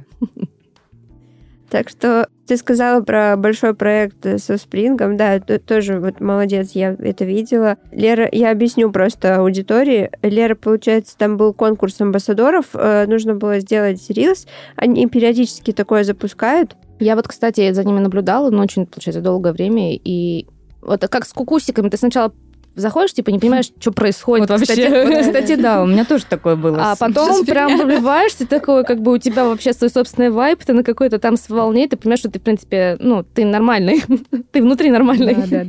Так что ты сказала про большой проект со Спрингом, да, тоже вот молодец, я это видела. Лера, я объясню просто аудитории. Лера, получается, там был конкурс амбассадоров, нужно было сделать рилс, они периодически такое запускают. Я вот, кстати, за ними наблюдала, но очень, получается, долгое время, и вот как с кукусиками, ты сначала заходишь, типа, не понимаешь, что происходит вот, вообще. Кстати, да, у меня тоже такое было. А потом прям вливаешься, такой, как бы у тебя вообще свой собственный вайб, ты на какой-то там волне, ты понимаешь, что ты, в принципе, ну, ты нормальный, ты внутри нормальный. Да.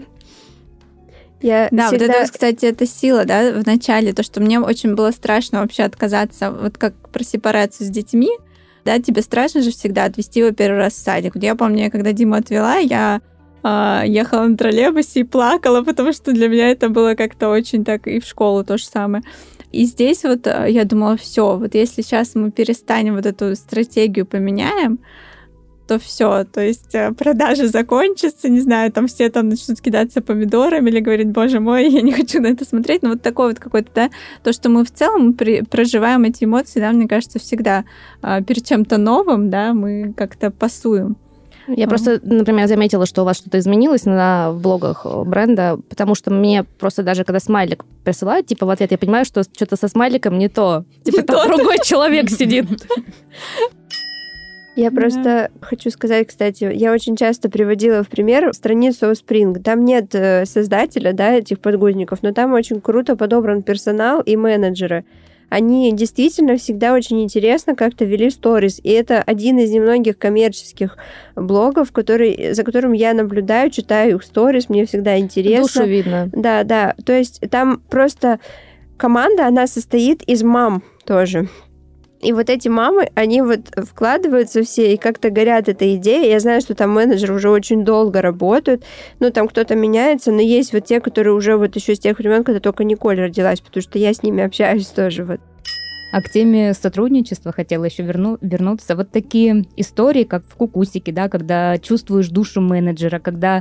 Вот это, кстати, это сила, да, в начале, то, что мне очень было страшно вообще отказаться, вот как про сепарацию с детьми, Да, тебе страшно же всегда отвезти его первый раз в садик. Вот я помню, когда Диму отвела, я ехала на троллейбусе и плакала, потому что для меня это было как-то очень так, и в школу то же самое. И здесь вот я думала, все, вот если сейчас мы перестанем вот эту стратегию поменяем, то все, то есть продажи закончатся, не знаю, там все там начнут кидаться помидорами или говорить, боже мой, я не хочу на это смотреть, но вот такой вот какой-то, да, то, что мы в целом проживаем эти эмоции, да, мне кажется, всегда перед чем-то новым, да, мы как-то пасуем. Я просто, например, заметила, что у вас что-то изменилось в блогах бренда, потому что мне просто даже когда смайлик присылают, типа в ответ, я понимаю, что что-то со смайликом не то. Типа там другой человек сидит. Я просто хочу сказать, кстати, я очень часто приводила в пример страницу Spring. Там нет создателя, да, этих подгузников, но там очень круто подобран персонал и менеджеры. Они действительно всегда очень интересно как-то вели сторис. И это один из немногих коммерческих блогов, за которым я наблюдаю, читаю их сторис, мне всегда интересно. Душу видно. Да. То есть там просто команда, она состоит из мам тоже. И вот эти мамы, они вот вкладываются все и как-то горят этой идеей. Я знаю, что там менеджеры уже очень долго работают, ну, там кто-то меняется, но есть вот те, которые уже вот еще с тех времен, когда только Николь родилась, потому что я с ними общаюсь тоже вот. А к теме сотрудничества хотела еще вернуться. Вот такие истории, как в «Кукусике», да, когда чувствуешь душу менеджера, когда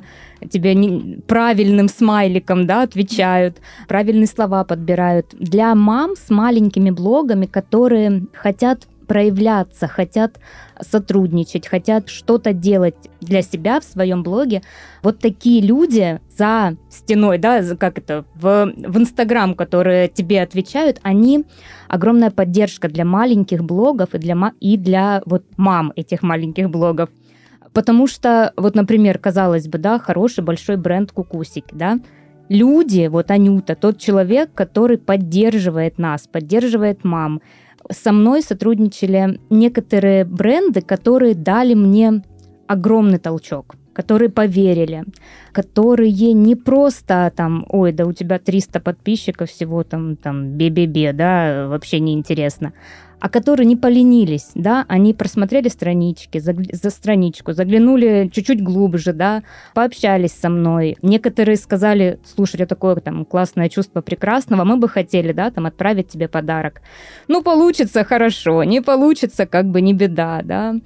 тебе правильным смайликом, да, отвечают, правильные слова подбирают. Для мам с маленькими блогами, которые хотят проявляться, хотят сотрудничать, хотят что-то делать для себя в своем блоге. Вот такие люди за стеной, да, как это, в Инстаграм, которые тебе отвечают, они огромная поддержка для маленьких блогов и для вот мам этих маленьких блогов. Потому что, вот, например, казалось бы, да, хороший большой бренд «Кукусики», да, люди, вот Анюта, тот человек, который поддерживает нас, поддерживает мам. Со мной сотрудничали некоторые бренды, которые дали мне огромный толчок, которые поверили, которые не просто там, ой, да у тебя 300 подписчиков всего там бе-бе-бе, да, вообще неинтересно, а которые не поленились, да, они просмотрели странички, за страничку, заглянули чуть-чуть глубже, да, пообщались со мной. Некоторые сказали, слушай, это такое там классное чувство прекрасного, мы бы хотели, да, там отправить тебе подарок. Ну, получится хорошо, не получится, как бы не беда, да.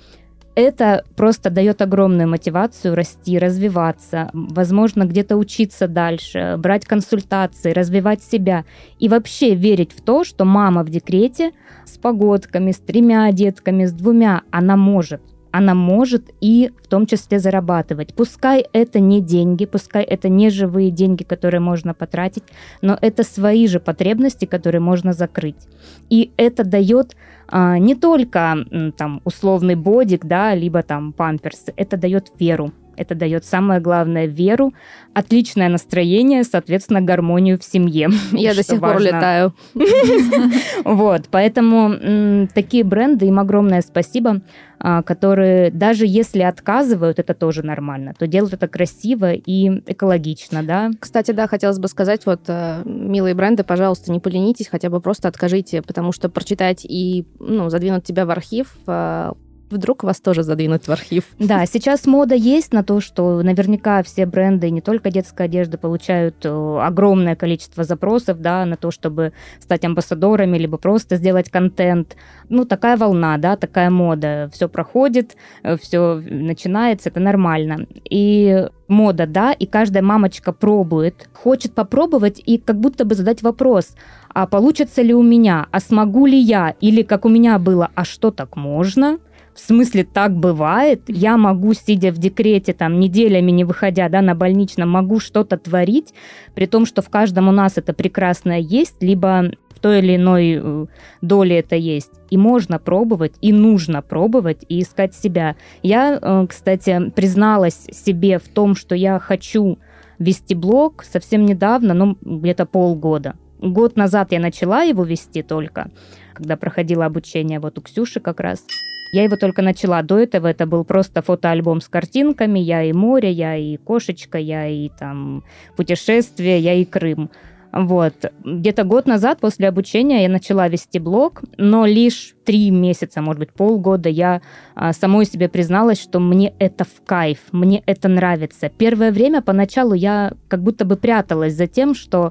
Это просто дает огромную мотивацию расти, развиваться, возможно, где-то учиться дальше, брать консультации, развивать себя и вообще верить в то, что мама в декрете с погодками, с 3 детками, с 2, она может и в том числе зарабатывать. Пускай это не деньги, пускай это не живые деньги, которые можно потратить, но это свои же потребности, которые можно закрыть. И это дает не только там условный бодик, да, либо там памперсы, это дает веру. Это дает самое главное веру, отличное настроение, соответственно, гармонию в семье. Я до сих пор летаю. Вот, поэтому такие бренды, им огромное спасибо, которые даже если отказывают, это тоже нормально, то делают это красиво и экологично, да. Кстати, да, хотелось бы сказать, вот, милые бренды, пожалуйста, не поленитесь, хотя бы просто откажите, потому что прочитать и задвинуть тебя в архив, вдруг вас тоже задвинут в архив. Да, сейчас мода есть на то, что наверняка все бренды, не только детская одежда, получают огромное количество запросов, да, на то, чтобы стать амбассадорами, либо просто сделать контент. Такая волна, да, такая мода. Все проходит, все начинается, это нормально. И мода, да, и каждая мамочка пробует, хочет попробовать и как будто бы задать вопрос, а получится ли у меня, а смогу ли я, или как у меня было, а что так можно? В смысле, так бывает? Я могу, сидя в декрете, там, неделями не выходя, да, на больничном, могу что-то творить, при том, что в каждом у нас это прекрасное есть, либо в той или иной доле это есть. И можно пробовать, и нужно пробовать, и искать себя. Я, кстати, призналась себе в том, что я хочу вести блог совсем недавно, где-то полгода. Год назад я начала его вести только, когда проходила обучение вот у Ксюши как раз. Я его только начала. До этого это был просто фотоальбом с картинками. Я и море, я и кошечка, я и там путешествие, я и Крым. Вот. Где-то год назад после обучения я начала вести блог, но лишь 3 месяца, может быть, полгода я самой себе призналась, что мне это в кайф, мне это нравится. Первое время, поначалу, я как будто бы пряталась за тем, что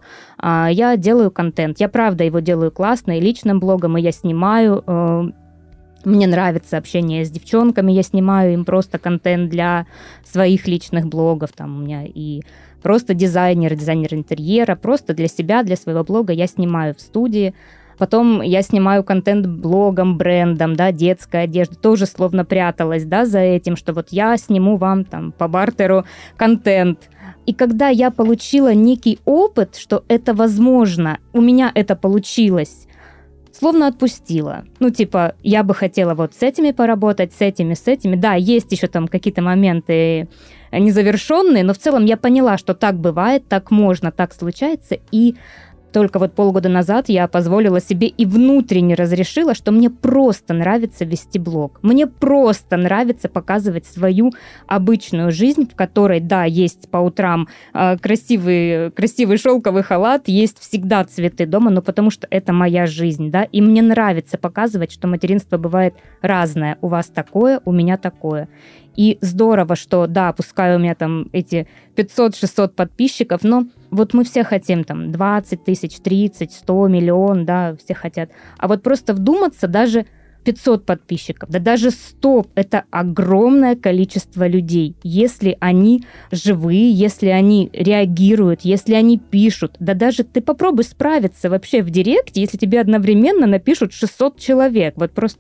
я делаю контент. Я, правда, его делаю классно, и личным блогом, и я снимаю. Мне нравится общение с девчонками, я снимаю им просто контент для своих личных блогов. Там у меня и просто дизайнер интерьера, просто для себя, для своего блога я снимаю в студии. Потом я снимаю контент блогом, брендом, да, детская одежда, тоже словно пряталась, да, за этим, что вот я сниму вам там по бартеру контент. И когда я получила некий опыт, что это возможно, у меня это получилось, словно отпустила. Ну, типа, я бы хотела вот с этими поработать, с этими. Да, есть еще там какие-то моменты незавершенные, но в целом я поняла, что так бывает, так можно, так случается. И только вот полгода назад я позволила себе и внутренне разрешила, что мне просто нравится вести блог. Мне просто нравится показывать свою обычную жизнь, в которой, да, есть по утрам красивый шелковый халат, есть всегда цветы дома, но потому что это моя жизнь, да, и мне нравится показывать, что материнство бывает разное. У вас такое, у меня такое. И здорово, что, да, пускай у меня там эти 500-600 подписчиков, но вот мы все хотим там 20 тысяч, 30, 100, миллион, да, все хотят. А вот просто вдуматься, даже 500 подписчиков, да даже 100, это огромное количество людей. Если они живые, если они реагируют, если они пишут, да даже ты попробуй справиться вообще в директе, если тебе одновременно напишут 600 человек. Вот просто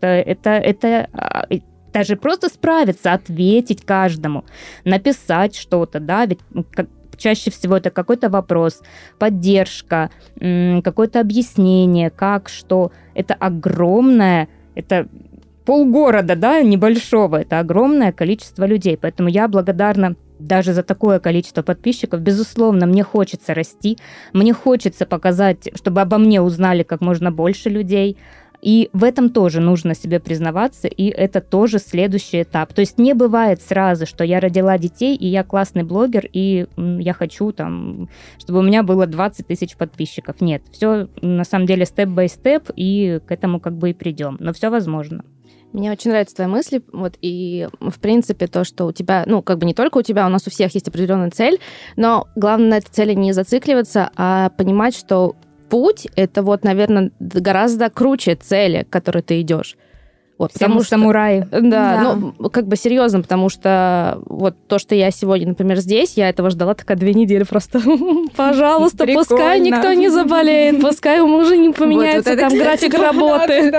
это даже просто справиться, ответить каждому, написать что-то, да, ведь чаще всего это какой-то вопрос, поддержка, какое-то объяснение, как, что. Это огромное, это полгорода, да, небольшого, это огромное количество людей, поэтому я благодарна даже за такое количество подписчиков. Безусловно, мне хочется расти, мне хочется показать, чтобы обо мне узнали как можно больше людей. И в этом тоже нужно себе признаваться, и это тоже следующий этап. То есть не бывает сразу, что я родила детей, и я классный блогер, и я хочу, там, чтобы у меня было 20 тысяч подписчиков. Нет, все на самом деле степ-бай-степ, и к этому как бы и придем. Но все возможно. Мне очень нравятся твои мысли, вот, и, в принципе, то, что у тебя, ну, как бы не только у тебя, у нас у всех есть определенная цель, но главное на этой цели не зацикливаться, а понимать, что путь — это вот, наверное, гораздо круче цели, к которой ты идешь. Вот, потому что самураи. Да, ну, как бы серьезно, потому что вот то, что я сегодня, например, здесь, я этого ждала такая 2 недели просто. Пожалуйста, пускай никто не заболеет, пускай у мужа не поменяется там график работы.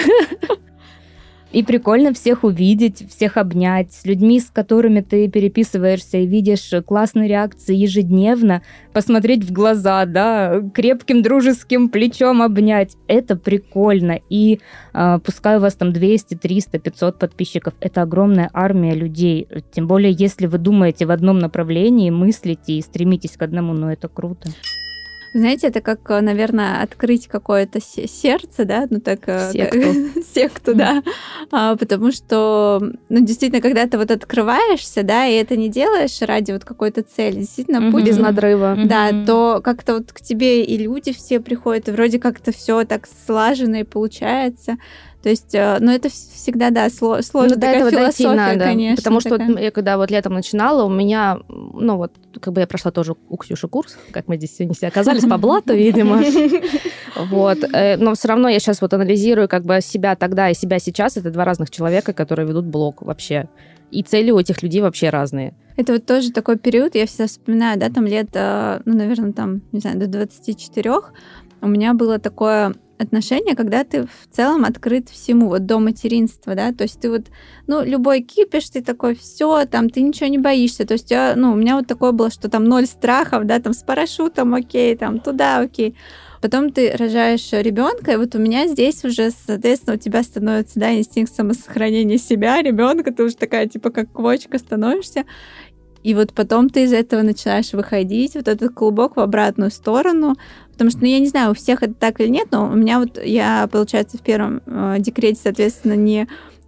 И прикольно всех увидеть, всех обнять, с людьми, с которыми ты переписываешься и видишь классные реакции ежедневно, посмотреть в глаза, да, крепким дружеским плечом обнять. Это прикольно. И пускай у вас там 200, 300, 500 подписчиков, это огромная армия людей. Тем более, если вы думаете в одном направлении, мыслите и стремитесь к одному, ну это круто. Знаете, это как, наверное, открыть какое-то сердце, да, ну так... Секту, да. Потому что, ну, действительно, когда ты вот открываешься, да, и это не делаешь ради вот какой-то цели, действительно, путь... Без надрыва. Да, то как-то вот к тебе и люди все приходят, и вроде как-то все так слаженно и получается. То есть, ну, это всегда, да, сложно, такая философия, конечно. Потому что вот я когда вот летом начинала, у меня, ну, вот, как бы я прошла тоже у Ксюши курс, как мы здесь сегодня все оказались, по блату, видимо. Вот. Но все равно я сейчас вот анализирую как бы себя тогда и себя сейчас. Это 2 разных человека, которые ведут блог вообще. И цели у этих людей вообще разные. Это вот тоже такой период, я всегда вспоминаю, да, там лет, ну, наверное, там, не знаю, до 24 у меня было такое отношение, когда ты в целом открыт всему, вот до материнства, да, то есть ты вот, ну, любой кипиш, ты такой, все, там, ты ничего не боишься, то есть, ну, у меня вот такое было, что там 0 страхов, да, там, с парашютом, окей, там, туда, окей. Потом ты рожаешь ребенка, и вот у меня здесь уже, соответственно, у тебя становится, да, инстинкт самосохранения себя, ребенка, ты уже такая, типа, как квочка становишься. И вот потом ты из этого начинаешь выходить, вот этот клубок в обратную сторону, потому что, ну, я не знаю, у всех это так или нет, но у меня вот, я, получается, в первом декрете, соответственно, не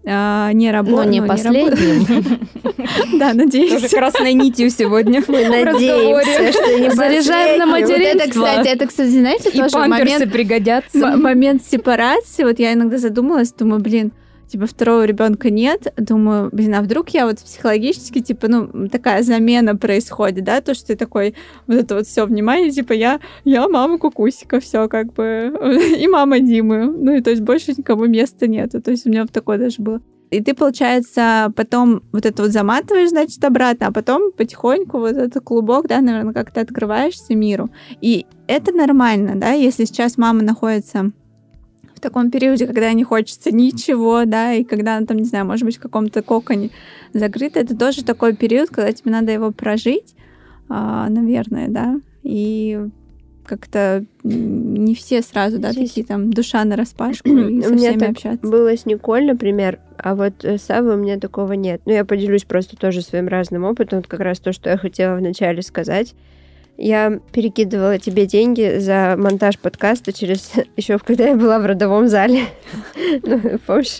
не работает. Но не последним. Да, надеюсь. Тоже красной нитью сегодня. Мы надеемся, что не Заряжаем на материнство. Это, кстати, знаете, И тоже памперсы пригодятся. момент сепарации. Вот я иногда задумалась, думаю, типа, второго ребенка нет. Думаю, а вдруг я вот психологически, типа, такая замена происходит, да, то, что ты такой, вот это вот все внимание, типа, я мама Кукусика, все как бы, и мама Димы. И то есть больше никому места нету. То есть у меня вот такое даже было. И ты, получается, потом вот это вот заматываешь, значит, обратно, а потом потихоньку вот этот клубок, да, наверное, как-то открываешься миру. И это нормально, да, если сейчас мама находится в таком периоде, когда не хочется ничего, да, и когда она там, не знаю, может быть, в каком-то коконе закрыта, это тоже такой период, когда тебе надо его прожить, наверное, да, и как-то не все сразу, да, такие там душа нараспашку и со всеми общаться. Было с Николь, например, а вот с Авой у меня такого нет. Я поделюсь просто тоже своим разным опытом, вот как раз то, что я хотела вначале сказать. Я перекидывала тебе деньги за монтаж подкаста еще когда я была в родовом зале. Помнишь?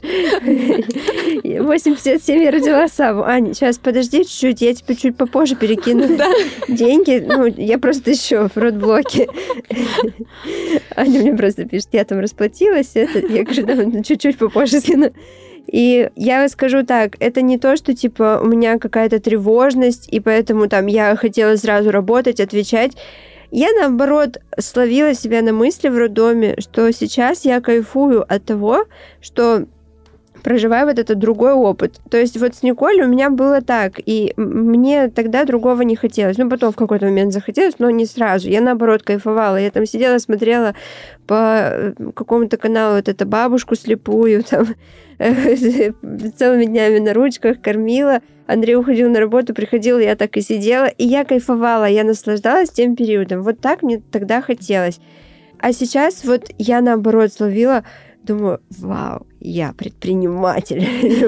87 я родила Саву. Аня, сейчас подожди чуть-чуть, я тебе чуть попозже перекину деньги. Я просто еще в родблоке. Аня мне просто пишет, я там расплатилась. Я говорю, чуть-чуть попозже скину. И я скажу так, это не то, что, типа, у меня какая-то тревожность, и поэтому там я хотела сразу работать, отвечать. Я, наоборот, словила себя на мысли в роддоме, что сейчас я кайфую от того, что проживаю вот этот другой опыт. То есть вот с Николь у меня было так, и мне тогда другого не хотелось. Потом в какой-то момент захотелось, но не сразу. Я, наоборот, кайфовала. Я там сидела, смотрела по какому-то каналу вот эту бабушку слепую, там, целыми днями на ручках, кормила. Андрей уходил на работу, приходил, я так и сидела, и я кайфовала, я наслаждалась тем периодом. Вот так мне тогда хотелось. А сейчас вот я, наоборот, словила, думаю, вау, я предприниматель.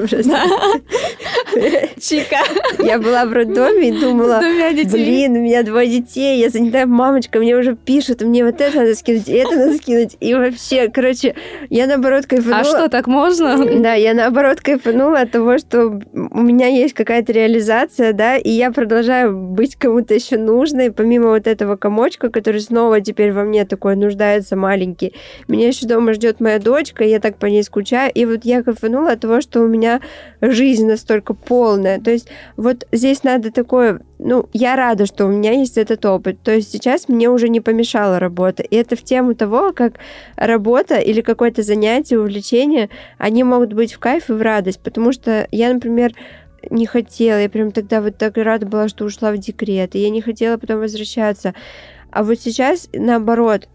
Чика. Я была в роддоме и думала, блин, у меня 2 детей, я занята, мамочка, мне уже пишут, мне вот это надо скинуть, и это надо скинуть. И вообще, короче, я наоборот кайфанула. А что, так можно? Да, я наоборот кайфанула от того, что у меня есть какая-то реализация, да, и я продолжаю быть кому-то еще нужной, помимо вот этого комочка, который снова теперь во мне такой нуждается маленький. Меня еще дома ждет моя дочка, я так по ней скучаю, и вот я кайфанула от того, что у меня жизнь настолько полная. То есть вот здесь надо такое... я рада, что у меня есть этот опыт. То есть сейчас мне уже не помешала работа. И это в тему того, как работа или какое-то занятие, увлечение, они могут быть в кайф и в радость. Потому что я, например, не хотела. Я прям тогда вот так рада была, что ушла в декрет. И я не хотела потом возвращаться. А вот сейчас, наоборот,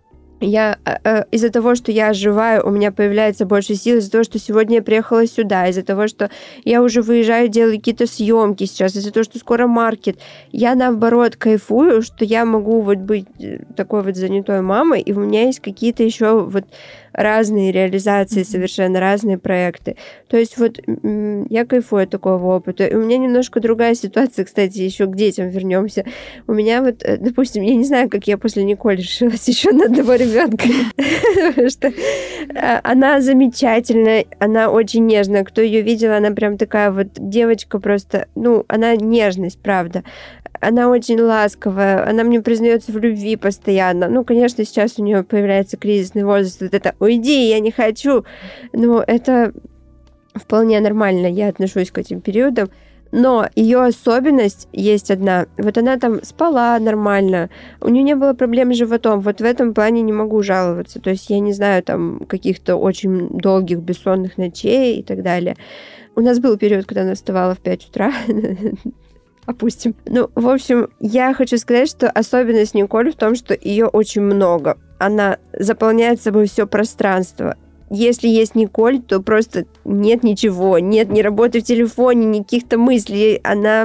я из-за того, что я оживаю, у меня появляется больше сил, из-за того, что сегодня я приехала сюда, из-за того, что я уже выезжаю, делаю какие-то съемки сейчас, из-за того, что скоро маркет, я наоборот кайфую, что я могу вот быть такой вот занятой мамой, и у меня есть какие-то еще вот разные реализации, совершенно разные проекты. То есть вот я кайфую от такого опыта. И у меня немножко другая ситуация, кстати, еще к детям вернемся. У меня вот, допустим, я не знаю, как я после Николь решилась еще на одного ребенка, потому что она замечательная, она очень нежная. Кто ее видел, она прям такая вот девочка просто, она нежность, правда. Она очень ласковая, она мне признается в любви постоянно. Конечно, сейчас у нее появляется кризисный возраст, вот это «уйди, я не хочу». Но это вполне нормально, я отношусь к этим периодам. Но ее особенность есть одна. Вот она там спала нормально, у нее не было проблем с животом. Вот в этом плане не могу жаловаться. То есть я не знаю там каких-то очень долгих бессонных ночей и так далее. У нас был период, когда она вставала в 5 утра. Опустим. В общем, я хочу сказать, что особенность Николь в том, что ее очень много. Она заполняет собой все пространство. Если есть Николь, то просто нет ничего, нет ни работы в телефоне, ни каких-то мыслей.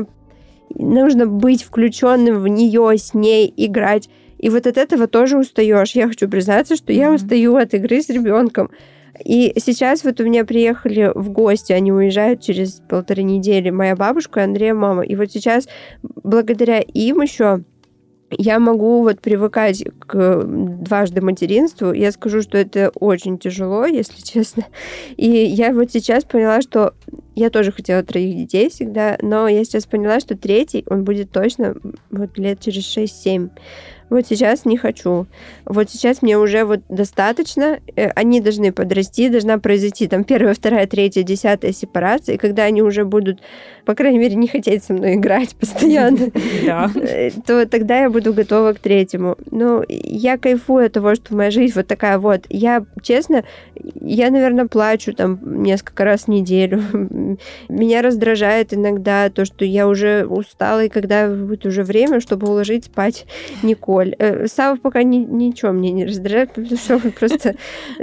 Нужно быть включенным в нее, с ней, играть. И вот от этого тоже устаешь. Я хочу признаться, что я устаю от игры с ребенком. И сейчас вот у меня приехали в гости, они уезжают через 1,5 недели, моя бабушка и Андрея мама. И вот сейчас благодаря им еще я могу вот привыкать к дважды материнству. Я скажу, что это очень тяжело, если честно. И я вот сейчас поняла, что я тоже хотела 3 детей всегда, но я сейчас поняла, что 3, он будет точно вот лет через 6-7. Вот сейчас не хочу. Вот сейчас мне уже вот достаточно. Они должны подрасти, должна произойти там 1, 2, 3, 10 сепарация. И когда они уже будут, по крайней мере, не хотеть со мной играть постоянно, то тогда я буду готова к 3. Ну, я кайфую от того, что моя жизнь вот такая вот. Я, честно, наверное, плачу там несколько раз в неделю. Меня раздражает иногда то, что я уже устала, и когда будет уже время, чтобы уложить спать Николь. Сава пока ничего мне не раздражает, потому что он просто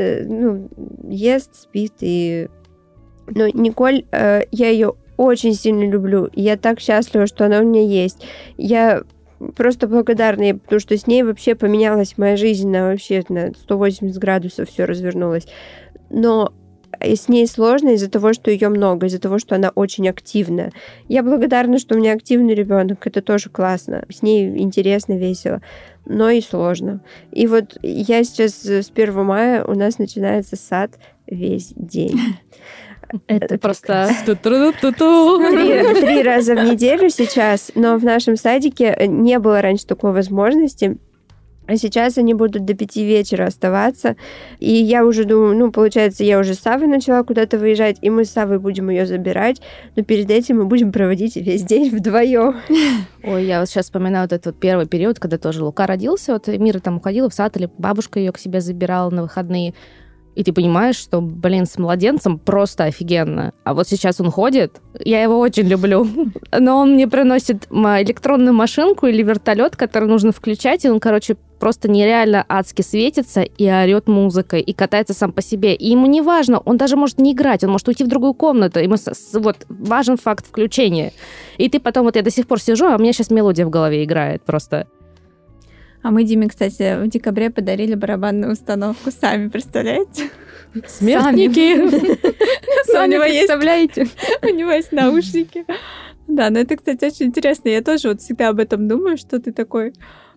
ест, спит. Но Николь, я ее очень сильно люблю. И я так счастлива, что она у меня есть. Я просто благодарна ей, потому что с ней вообще поменялась моя жизнь вообще на 180 градусов, все развернулось. Но с ней сложно из-за того, что ее много, из-за того, что она очень активная. Я благодарна, что у меня активный ребенок, это тоже классно. С ней интересно, весело, но и сложно. И вот я сейчас с 1 мая у нас начинается сад весь день. Это просто 3 раза в неделю сейчас, но в нашем садике не было раньше такой возможности. А сейчас они будут до 5 вечера оставаться. И я уже думаю, получается, я уже с Савой начала куда-то выезжать, и мы с Савой будем ее забирать, но перед этим мы будем проводить весь день вдвоем. Ой, я вот сейчас вспоминаю вот этот вот первый период, когда тоже Лука родился, вот Мира там уходила в сад, или бабушка ее к себе забирала на выходные. И ты понимаешь, что, с младенцем просто офигенно. А вот сейчас он ходит, я его очень люблю, но он мне приносит электронную машинку или вертолет, который нужно включать, и он, просто нереально адски светится и орет музыкой, и катается сам по себе. И ему не важно, он даже может не играть, он может уйти в другую комнату. И важен факт включения. И ты потом, я до сих пор сижу, а у меня сейчас мелодия в голове играет просто. А мы Диме, кстати, в декабре подарили барабанную установку сами, представляете? Смертники! Сами представляете? У него есть наушники. Да, но это, кстати, очень интересно. Я тоже всегда об этом думаю, что ты такой...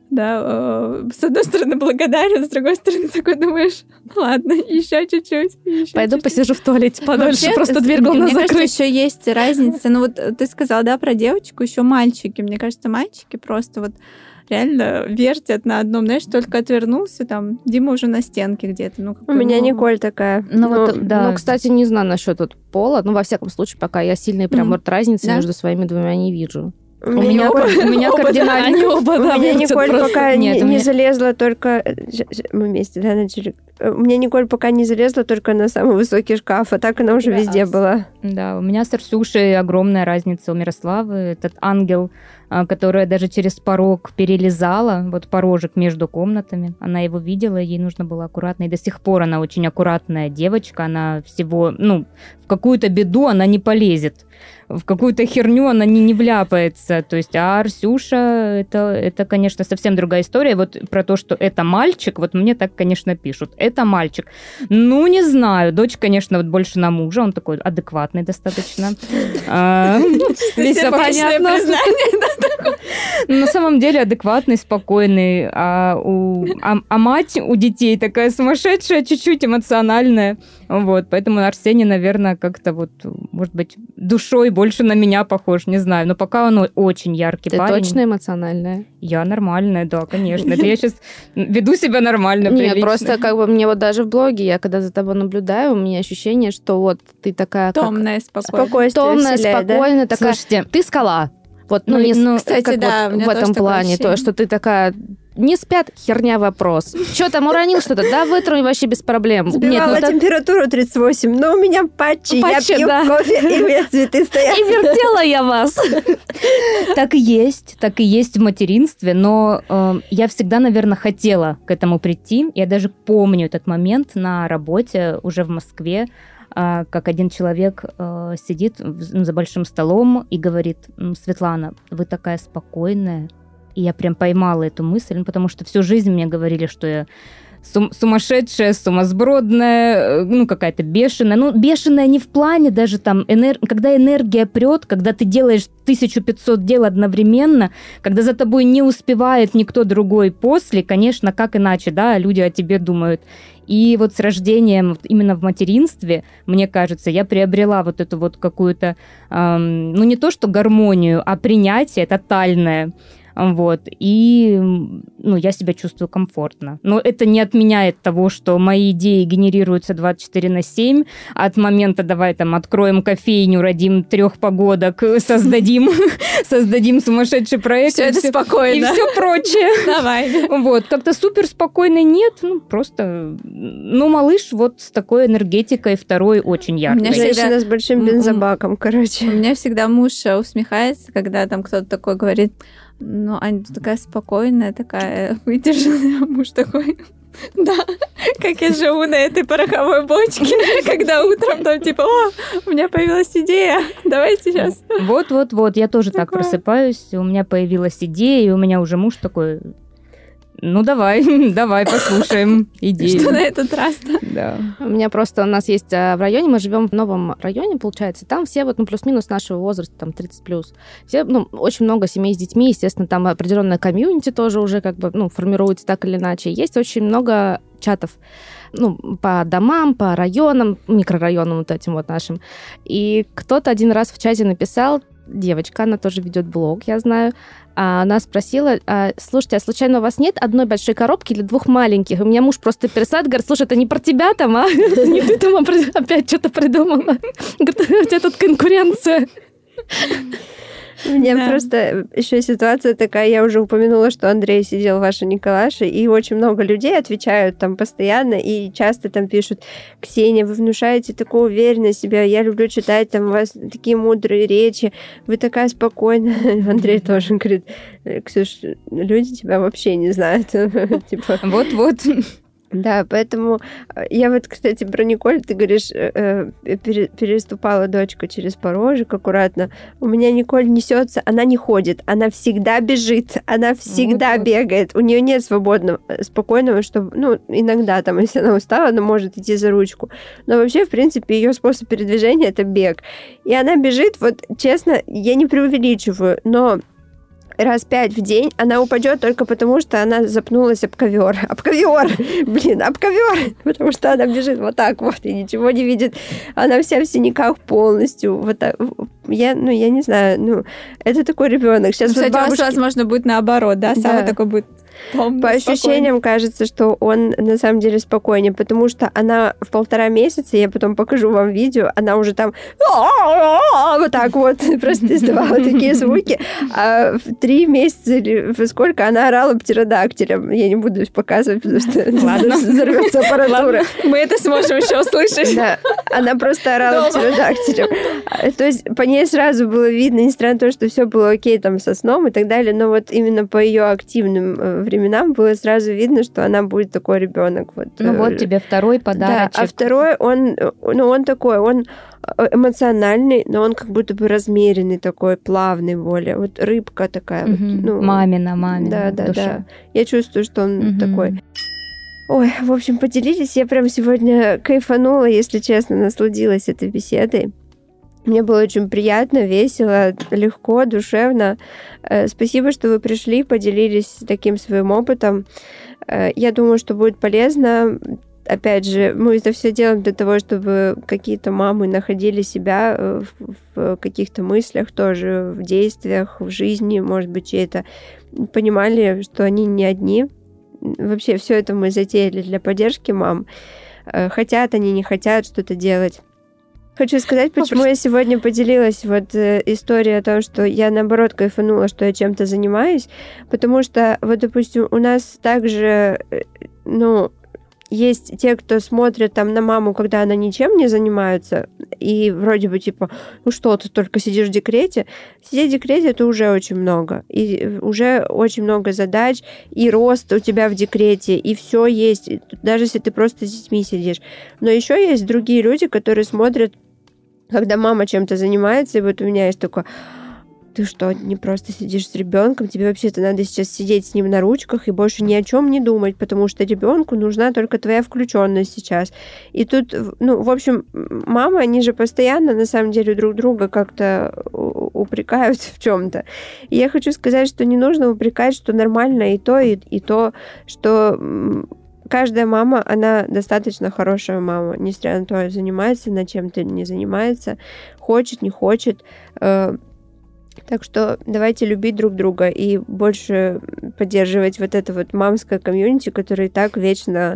Да, с одной стороны благодарен, с другой стороны такой думаешь, ладно, еще чуть-чуть. Пойду посижу в туалете подольше, просто дверь главное закрыть. Мне кажется, еще есть разница. Ну вот ты сказала, да, про девочку, еще мальчики. Мне кажется, мальчики просто реально вертят на одном, знаешь, только отвернулся, там, Дима уже на стенке где-то. У меня Николь такая. Кстати, не знаю насчет пола, во всяком случае, пока я сильной прям разницы между своими двумя не вижу. У меня кардинально. Они оба, у меня Николь пока не залезла только... Мы вместе, да, начали? У меня Николь пока не залезла только на самый высокий шкаф, а так она уже везде была. Да, у меня с Арсюшей огромная разница. У Мирославы этот ангел, которая даже через порог перелезала, порожек между комнатами. Она его видела, ей нужно было аккуратно. И до сих пор она очень аккуратная девочка. Она всего, в какую-то беду она не полезет. В какую-то херню она не вляпается. То есть, а Арсюша, это, конечно, совсем другая история. Про то, что это мальчик, мне так, конечно, пишут. Это мальчик. Не знаю. Дочь, конечно, больше на мужа. Он такой адекватный достаточно. Все понятно. На самом деле адекватный, спокойный. А мать у детей такая сумасшедшая, чуть-чуть эмоциональная. Поэтому Арсений, наверное, как-то может быть, душой больше на меня похож, не знаю. Но пока он очень яркий парень. Ты точно эмоциональная? Я нормальная, да, конечно. Это я сейчас веду себя нормально, прилично. Нет, просто мне даже в блоге, я когда за тобой наблюдаю, у меня ощущение, что ты такая... Томная, спокойная. Томная, спокойная, такая... Слушайте, ты скала. Кстати, да, в этом плане, то, что ты такая... Не спят, херня вопрос. Что там, уронил что-то? Да, вытру вообще без проблем. Сбивала температуру 38, но у меня патчи, я пью кофе, и мне цветы стоят. И вертела я вас. Так и есть в материнстве, но я всегда, наверное, хотела к этому прийти. Я даже помню этот момент на работе уже в Москве, как один человек сидит за большим столом и говорит: Светлана, вы такая спокойная. И я прям поймала эту мысль, потому что всю жизнь мне говорили, что я сумасшедшая, сумасбродная, ну, какая-то бешеная. Ну, бешеная не в плане даже там, когда энергия прет, когда ты делаешь 1500 дел одновременно, когда за тобой не успевает никто другой после, конечно, как иначе, да, люди о тебе думают. И вот с рождением, именно в материнстве, мне кажется, я приобрела вот эту вот какую-то, ну, не то что гармонию, а принятие тотальное. Вот. И ну, я себя чувствую комфортно. Но это не отменяет того, что мои идеи генерируются 24/7. От момента «давай там откроем кофейню, родим 3 погодок, создадим сумасшедший проект». Все это спокойно. И все прочее. Давай. Вот. Как-то супер спокойно нет. Ну, просто... Ну, малыш вот с такой энергетикой второй очень яркой. Женщина с большим бензобаком, короче. У меня всегда муж усмехается, когда там кто-то такой говорит: ну, Аня такая спокойная, такая выдержанная. Муж такой: да, как я живу на этой пороховой бочке, когда утром там типа: о, у меня появилась идея, давай сейчас. Вот, я тоже так просыпаюсь, у меня появилась идея, и у меня уже муж такой: ну, давай послушаем идею. Что на этот раз? Да. У меня просто, у нас есть в районе, мы живем в новом районе, получается, там все вот, ну, плюс-минус нашего возраста, там, 30+. Все, ну, очень много семей с детьми, естественно, там определенная комьюнити тоже уже как бы, ну, формируется так или иначе. Есть очень много чатов, ну, по домам, по районам, микрорайонам вот этим вот нашим. И кто-то один раз в чате написал, девочка, она тоже ведет блог, я знаю, она спросила: слушайте, а случайно у вас нет одной большой коробки или 2 маленьких? И у меня муж просто пересадит, говорит: слушай, это не про тебя там, а? Это не ты там опять что-то придумала. Говорит, у тебя тут конкуренция. У меня просто еще ситуация такая, я уже упомянула, что Андрей сидел в вашей Николаше, и очень много людей отвечают там постоянно, и часто там пишут: Ксения, вы внушаете такую уверенность в себя, я люблю читать, там у вас такие мудрые речи, вы такая спокойная. Андрей тоже говорит: Ксюш, люди тебя вообще не знают. Вот. Да, поэтому я вот, кстати, про Николь, ты говоришь, переступала дочка через порожек аккуратно. У меня Николь несется, она не ходит, она всегда бежит, она всегда бегает. У нее нет спокойного, чтобы, ну, иногда там, если она устала, она может идти за ручку. Но вообще, в принципе, ее способ передвижения — это бег. И она бежит, вот, честно, я не преувеличиваю, но раз 5 в день она упадет только потому, что она запнулась об ковер. Об ковер! Потому что она бежит вот так вот и ничего не видит. Она вся в синяках полностью. Вот так. Я не знаю, это такой ребенок. Сейчас кстати, бабушки... у вас, возможно, будет наоборот, да? Самый такой будет томный, по ощущениям кажется, что он на самом деле спокойнее, потому что она в 1,5 месяца, я потом покажу вам видео, она уже там вот так вот просто издавала такие звуки, а в 3 месяца или во сколько она орала птеродактилем. Я не буду показывать, потому что взорвется аппаратура. Мы это сможем еще услышать. Да, она просто орала птеродактилем. То есть по ней сразу было видно, несмотря на то, что все было окей там со сном и так далее, но вот именно по ее активным временам было сразу видно, что она будет такой ребенок. Вот. Ну вот тебе второй подарочек. Да, а второй, он такой, он эмоциональный, но он как будто бы размеренный такой, плавный более. Вот рыбка такая. Вот, мамина да, душа. Да. Я чувствую, что он такой. Ой, в общем, поделились. Я прям сегодня кайфанула, если честно, насладилась этой беседой. Мне было очень приятно, весело, легко, душевно. Спасибо, что вы пришли, поделились таким своим опытом. Я думаю, что будет полезно. Опять же, мы это все делаем для того, чтобы какие-то мамы находили себя в каких-то мыслях тоже, в действиях, в жизни, может быть, чьей-то, понимали, что они не одни. Вообще, все это мы затеяли для поддержки мам. Хотят они, не хотят что-то делать. Хочу сказать, почему я сегодня поделилась вот историей о том, что я, наоборот, кайфанула, что я чем-то занимаюсь, потому что, вот, допустим, у нас также, есть те, кто смотрит там на маму, когда она ничем не занимается, и вроде бы типа, что, ты только сидишь в декрете? Сидеть в декрете — это уже очень много, и уже очень много задач, и рост у тебя в декрете, и все есть, даже если ты просто с детьми сидишь. Но еще есть другие люди, которые смотрят, когда мама чем-то занимается, и вот у меня есть такое: ты что, не просто сидишь с ребенком, тебе вообще-то надо сейчас сидеть с ним на ручках и больше ни о чем не думать, потому что ребенку нужна только твоя включенность сейчас. И тут, в общем, мамы, они же постоянно, на самом деле, друг друга как-то упрекают в чем-то. И я хочу сказать, что не нужно упрекать, что нормально и то, что каждая мама, она достаточно хорошая мама, несмотря на то, занимается над чем-то, не занимается, хочет, не хочет. Так что давайте любить друг друга и больше поддерживать вот это вот мамское комьюнити, которое и так вечно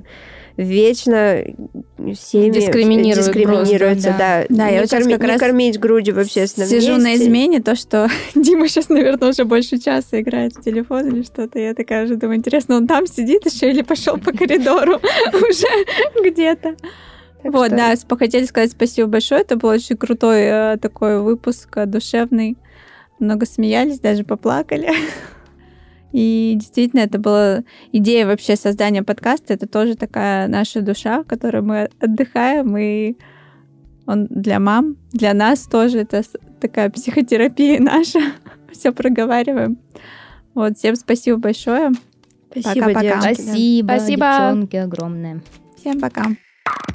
всеми дискриминируется. Да, я вот не кормить грудью в общественном месте. Сижу на измене, то, что Дима сейчас, наверное, уже больше часа играет в телефон или что-то. Я такая уже думаю, интересно, он там сидит еще или пошел по коридору уже где-то. Вот, да, хотели сказать спасибо большое. Это был очень крутой такой выпуск, душевный. Много смеялись, даже поплакали. И действительно, это была идея вообще создания подкаста. Это тоже такая наша душа, в которой мы отдыхаем. И он для мам, для нас тоже это такая психотерапия наша. Все проговариваем. Вот, всем спасибо большое. Спасибо, пока-пока. Спасибо, девчонки, огромное. Всем пока.